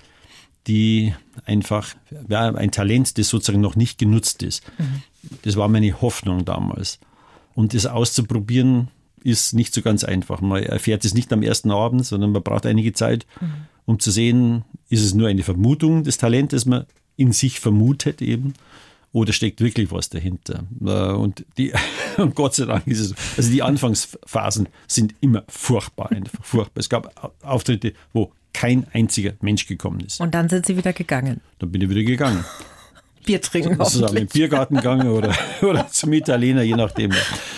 die einfach, ja, ein Talent, das sozusagen noch nicht genutzt ist. Das war meine Hoffnung damals. Und das auszuprobieren ist nicht so ganz einfach. Man erfährt es nicht am ersten Abend, sondern man braucht einige Zeit, um zu sehen, ist es nur eine Vermutung, das Talent, das man in sich vermutet eben, oder steckt wirklich was dahinter? Und Gott sei Dank ist es, also die Anfangsphasen sind immer furchtbar, einfach furchtbar. Es gab Auftritte, wo kein einziger Mensch gekommen ist. Und dann sind Sie wieder gegangen? Dann bin ich wieder gegangen. Bier trinken hoffentlich. In den Biergarten gegangen oder zum Italiener, je nachdem.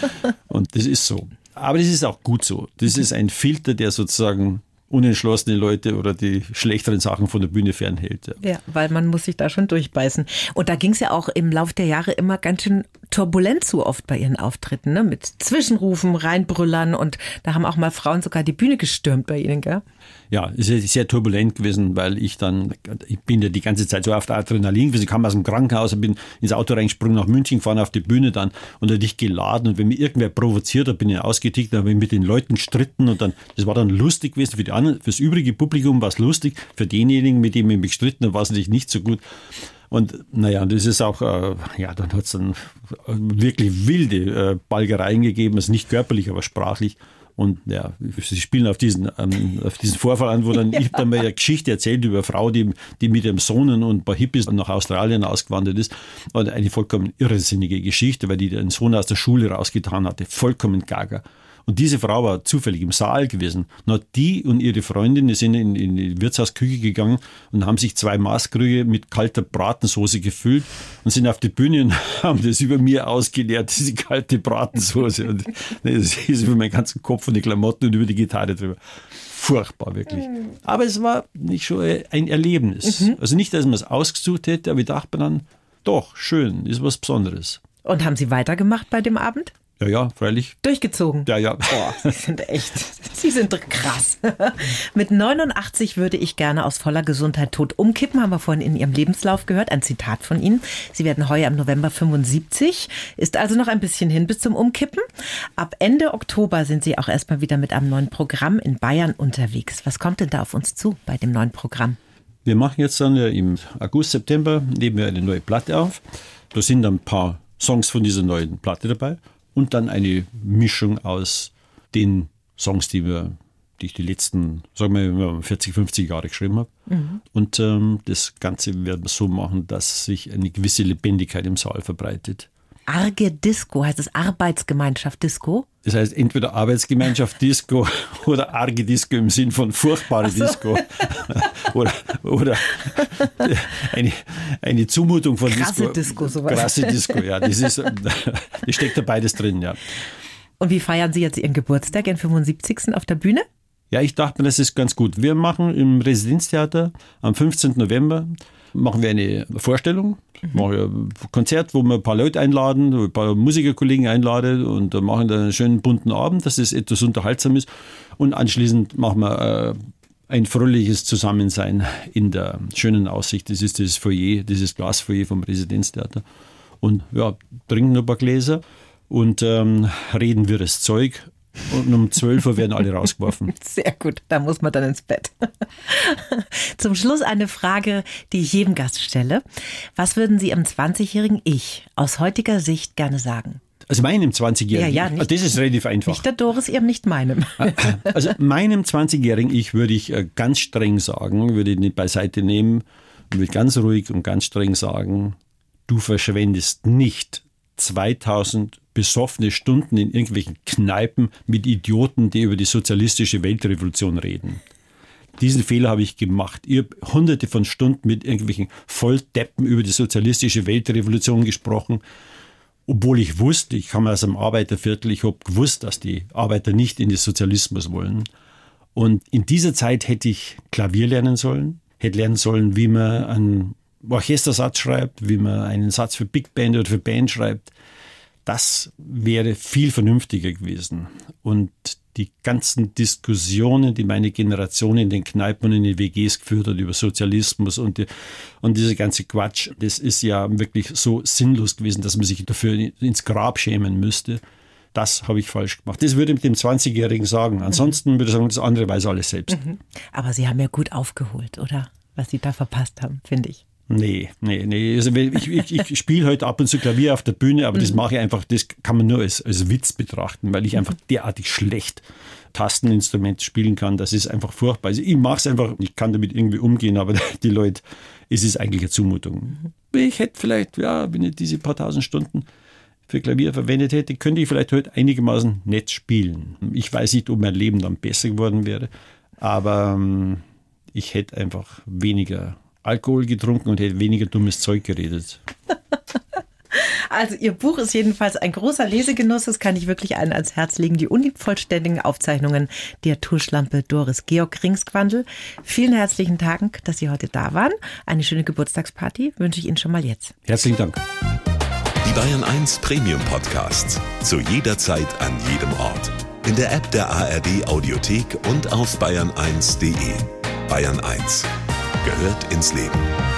Und das ist so. Aber das ist auch gut so. Das ist ein Filter, der sozusagen unentschlossene Leute oder die schlechteren Sachen von der Bühne fernhält. Ja, weil man muss sich da schon durchbeißen. Und da ging es ja auch im Laufe der Jahre immer ganz schön turbulent zu oft bei Ihren Auftritten, ne? Mit Zwischenrufen, Reinbrüllern und da haben auch mal Frauen sogar die Bühne gestürmt bei Ihnen, gell? Ja, es ist sehr turbulent gewesen, weil ich bin ja die ganze Zeit so auf der Adrenalin gewesen. Ich kam aus dem Krankenhaus, bin ins Auto reingesprungen, nach München gefahren, auf die Bühne dann und da dich geladen und wenn mich irgendwer provoziert hat, bin ich ausgetickt, dann habe ich mit den Leuten gestritten und dann, das war dann lustig gewesen für die anderen, fürs übrige Publikum war es lustig, für denjenigen, mit denen ich mich gestritten habe, war es natürlich nicht so gut. Und naja, das ist auch, dann hat es dann wirklich wilde Balgereien gegeben, also nicht körperlich, aber sprachlich. Und ja, sie spielen auf diesen Vorfall an, wo dann, ich habe dann mal eine Geschichte erzählt über eine Frau, die mit ihrem Sohn und ein paar Hippies nach Australien ausgewandert ist. Und eine vollkommen irrsinnige Geschichte, weil die den Sohn aus der Schule rausgetan hatte. Vollkommen gaga. Und diese Frau war zufällig im Saal gewesen. Und die und ihre Freundin sind in die Wirtshausküche gegangen und haben sich 2 Maßkrüge mit kalter Bratensoße gefüllt und sind auf die Bühne und haben das über mir ausgeleert, diese kalte Bratensoße. Und das ist über meinen ganzen Kopf und die Klamotten und über die Gitarre drüber. Furchtbar, wirklich. Aber es war nicht schon ein Erlebnis. Also nicht, dass man es ausgesucht hätte, aber ich dachte mir dann, doch, schön, ist was Besonderes. Und haben Sie weitergemacht bei dem Abend? Ja, freilich. Durchgezogen? Ja. Boah, Sie sind krass. Mit 89 würde ich gerne aus voller Gesundheit tot umkippen, haben wir vorhin in Ihrem Lebenslauf gehört, ein Zitat von Ihnen. Sie werden heuer im November 75, ist also noch ein bisschen hin bis zum Umkippen. Ab Ende Oktober sind Sie auch erstmal wieder mit einem neuen Programm in Bayern unterwegs. Was kommt denn da auf uns zu bei dem neuen Programm? Wir machen jetzt dann im August, September, nehmen wir eine neue Platte auf. Da sind dann ein paar Songs von dieser neuen Platte dabei. Und dann eine Mischung aus den Songs, die ich die letzten, sagen wir 40, 50 Jahre geschrieben habe. Mhm. Und das Ganze werden wir so machen, dass sich eine gewisse Lebendigkeit im Saal verbreitet. Arge Disco, heißt es Arbeitsgemeinschaft Disco? Das heißt entweder Arbeitsgemeinschaft Disco oder Arge Disco im Sinn von furchtbare Disco. oder eine Zumutung von Krasse Disco, sowas. Krasse Disco, ja. Das steckt da beides drin, ja. Und wie feiern Sie jetzt Ihren Geburtstag, Ihren 75. auf der Bühne? Ja, ich dachte mir, das ist ganz gut. Wir machen im Residenztheater am 15. November machen wir eine Vorstellung, machen ein Konzert, wo wir ein paar Leute einladen, ein paar Musikerkollegen einladen und machen dann einen schönen bunten Abend, dass es etwas unterhaltsam ist. Und anschließend machen wir ein fröhliches Zusammensein in der schönen Aussicht. Das ist das Foyer, dieses Glasfoyer vom Residenztheater. Und ja, trinken ein paar Gläser und reden wir das Zeug. Und um 12 Uhr werden alle rausgeworfen. Sehr gut, da muss man dann ins Bett. Zum Schluss eine Frage, die ich jedem Gast stelle. Was würden Sie Ihrem 20-jährigen Ich aus heutiger Sicht gerne sagen? Also meinem 20-jährigen Ja, nicht, das ist relativ einfach. Nicht der Doris, Ihrem, nicht meinem. Also meinem 20-jährigen Ich würde ich ganz streng sagen, würde ich nicht beiseite nehmen, würde ganz ruhig und ganz streng sagen, du verschwendest nicht 2000 besoffene Stunden in irgendwelchen Kneipen mit Idioten, die über die sozialistische Weltrevolution reden. Diesen Fehler habe ich gemacht. Ich habe hunderte von Stunden mit irgendwelchen Volldeppen über die sozialistische Weltrevolution gesprochen, obwohl ich wusste, ich komme aus einem Arbeiterviertel, ich habe gewusst, dass die Arbeiter nicht in den Sozialismus wollen. Und in dieser Zeit hätte ich Klavier lernen sollen, hätte lernen sollen, wie man einen Orchestersatz schreibt, wie man einen Satz für Big Band oder für Band schreibt. Das wäre viel vernünftiger gewesen. Und die ganzen Diskussionen, die meine Generation in den Kneipen und in den WGs geführt hat über Sozialismus und dieser ganze Quatsch, das ist ja wirklich so sinnlos gewesen, dass man sich dafür ins Grab schämen müsste. Das habe ich falsch gemacht. Das würde ich mit dem 20-Jährigen sagen. Ansonsten würde ich sagen, das andere weiß alles selbst. Aber Sie haben ja gut aufgeholt, oder? Was Sie da verpasst haben, finde ich. Nee. Also ich spiele heute ab und zu Klavier auf der Bühne, aber das mache ich einfach, das kann man nur als Witz betrachten, weil ich einfach derartig schlecht Tasteninstrumente spielen kann. Das ist einfach furchtbar. Also ich mache es einfach, ich kann damit irgendwie umgehen, aber die Leute, es ist eigentlich eine Zumutung. Ich hätte vielleicht, wenn ich diese paar tausend Stunden für Klavier verwendet hätte, könnte ich vielleicht heute einigermaßen nett spielen. Ich weiß nicht, ob mein Leben dann besser geworden wäre, aber ich hätte einfach weniger Alkohol getrunken und hätte weniger dummes Zeug geredet. Also Ihr Buch ist jedenfalls ein großer Lesegenuss. Das kann ich wirklich allen ans Herz legen. Die unvollständigen Aufzeichnungen der Turschlampe Doris. Georg Ringsgwandl, vielen herzlichen Dank, dass Sie heute da waren. Eine schöne Geburtstagsparty wünsche ich Ihnen schon mal jetzt. Herzlichen Dank. Die Bayern 1 Premium Podcasts. Zu jeder Zeit, an jedem Ort. In der App der ARD Audiothek und auf bayern1.de. Bayern 1 gehört ins Leben.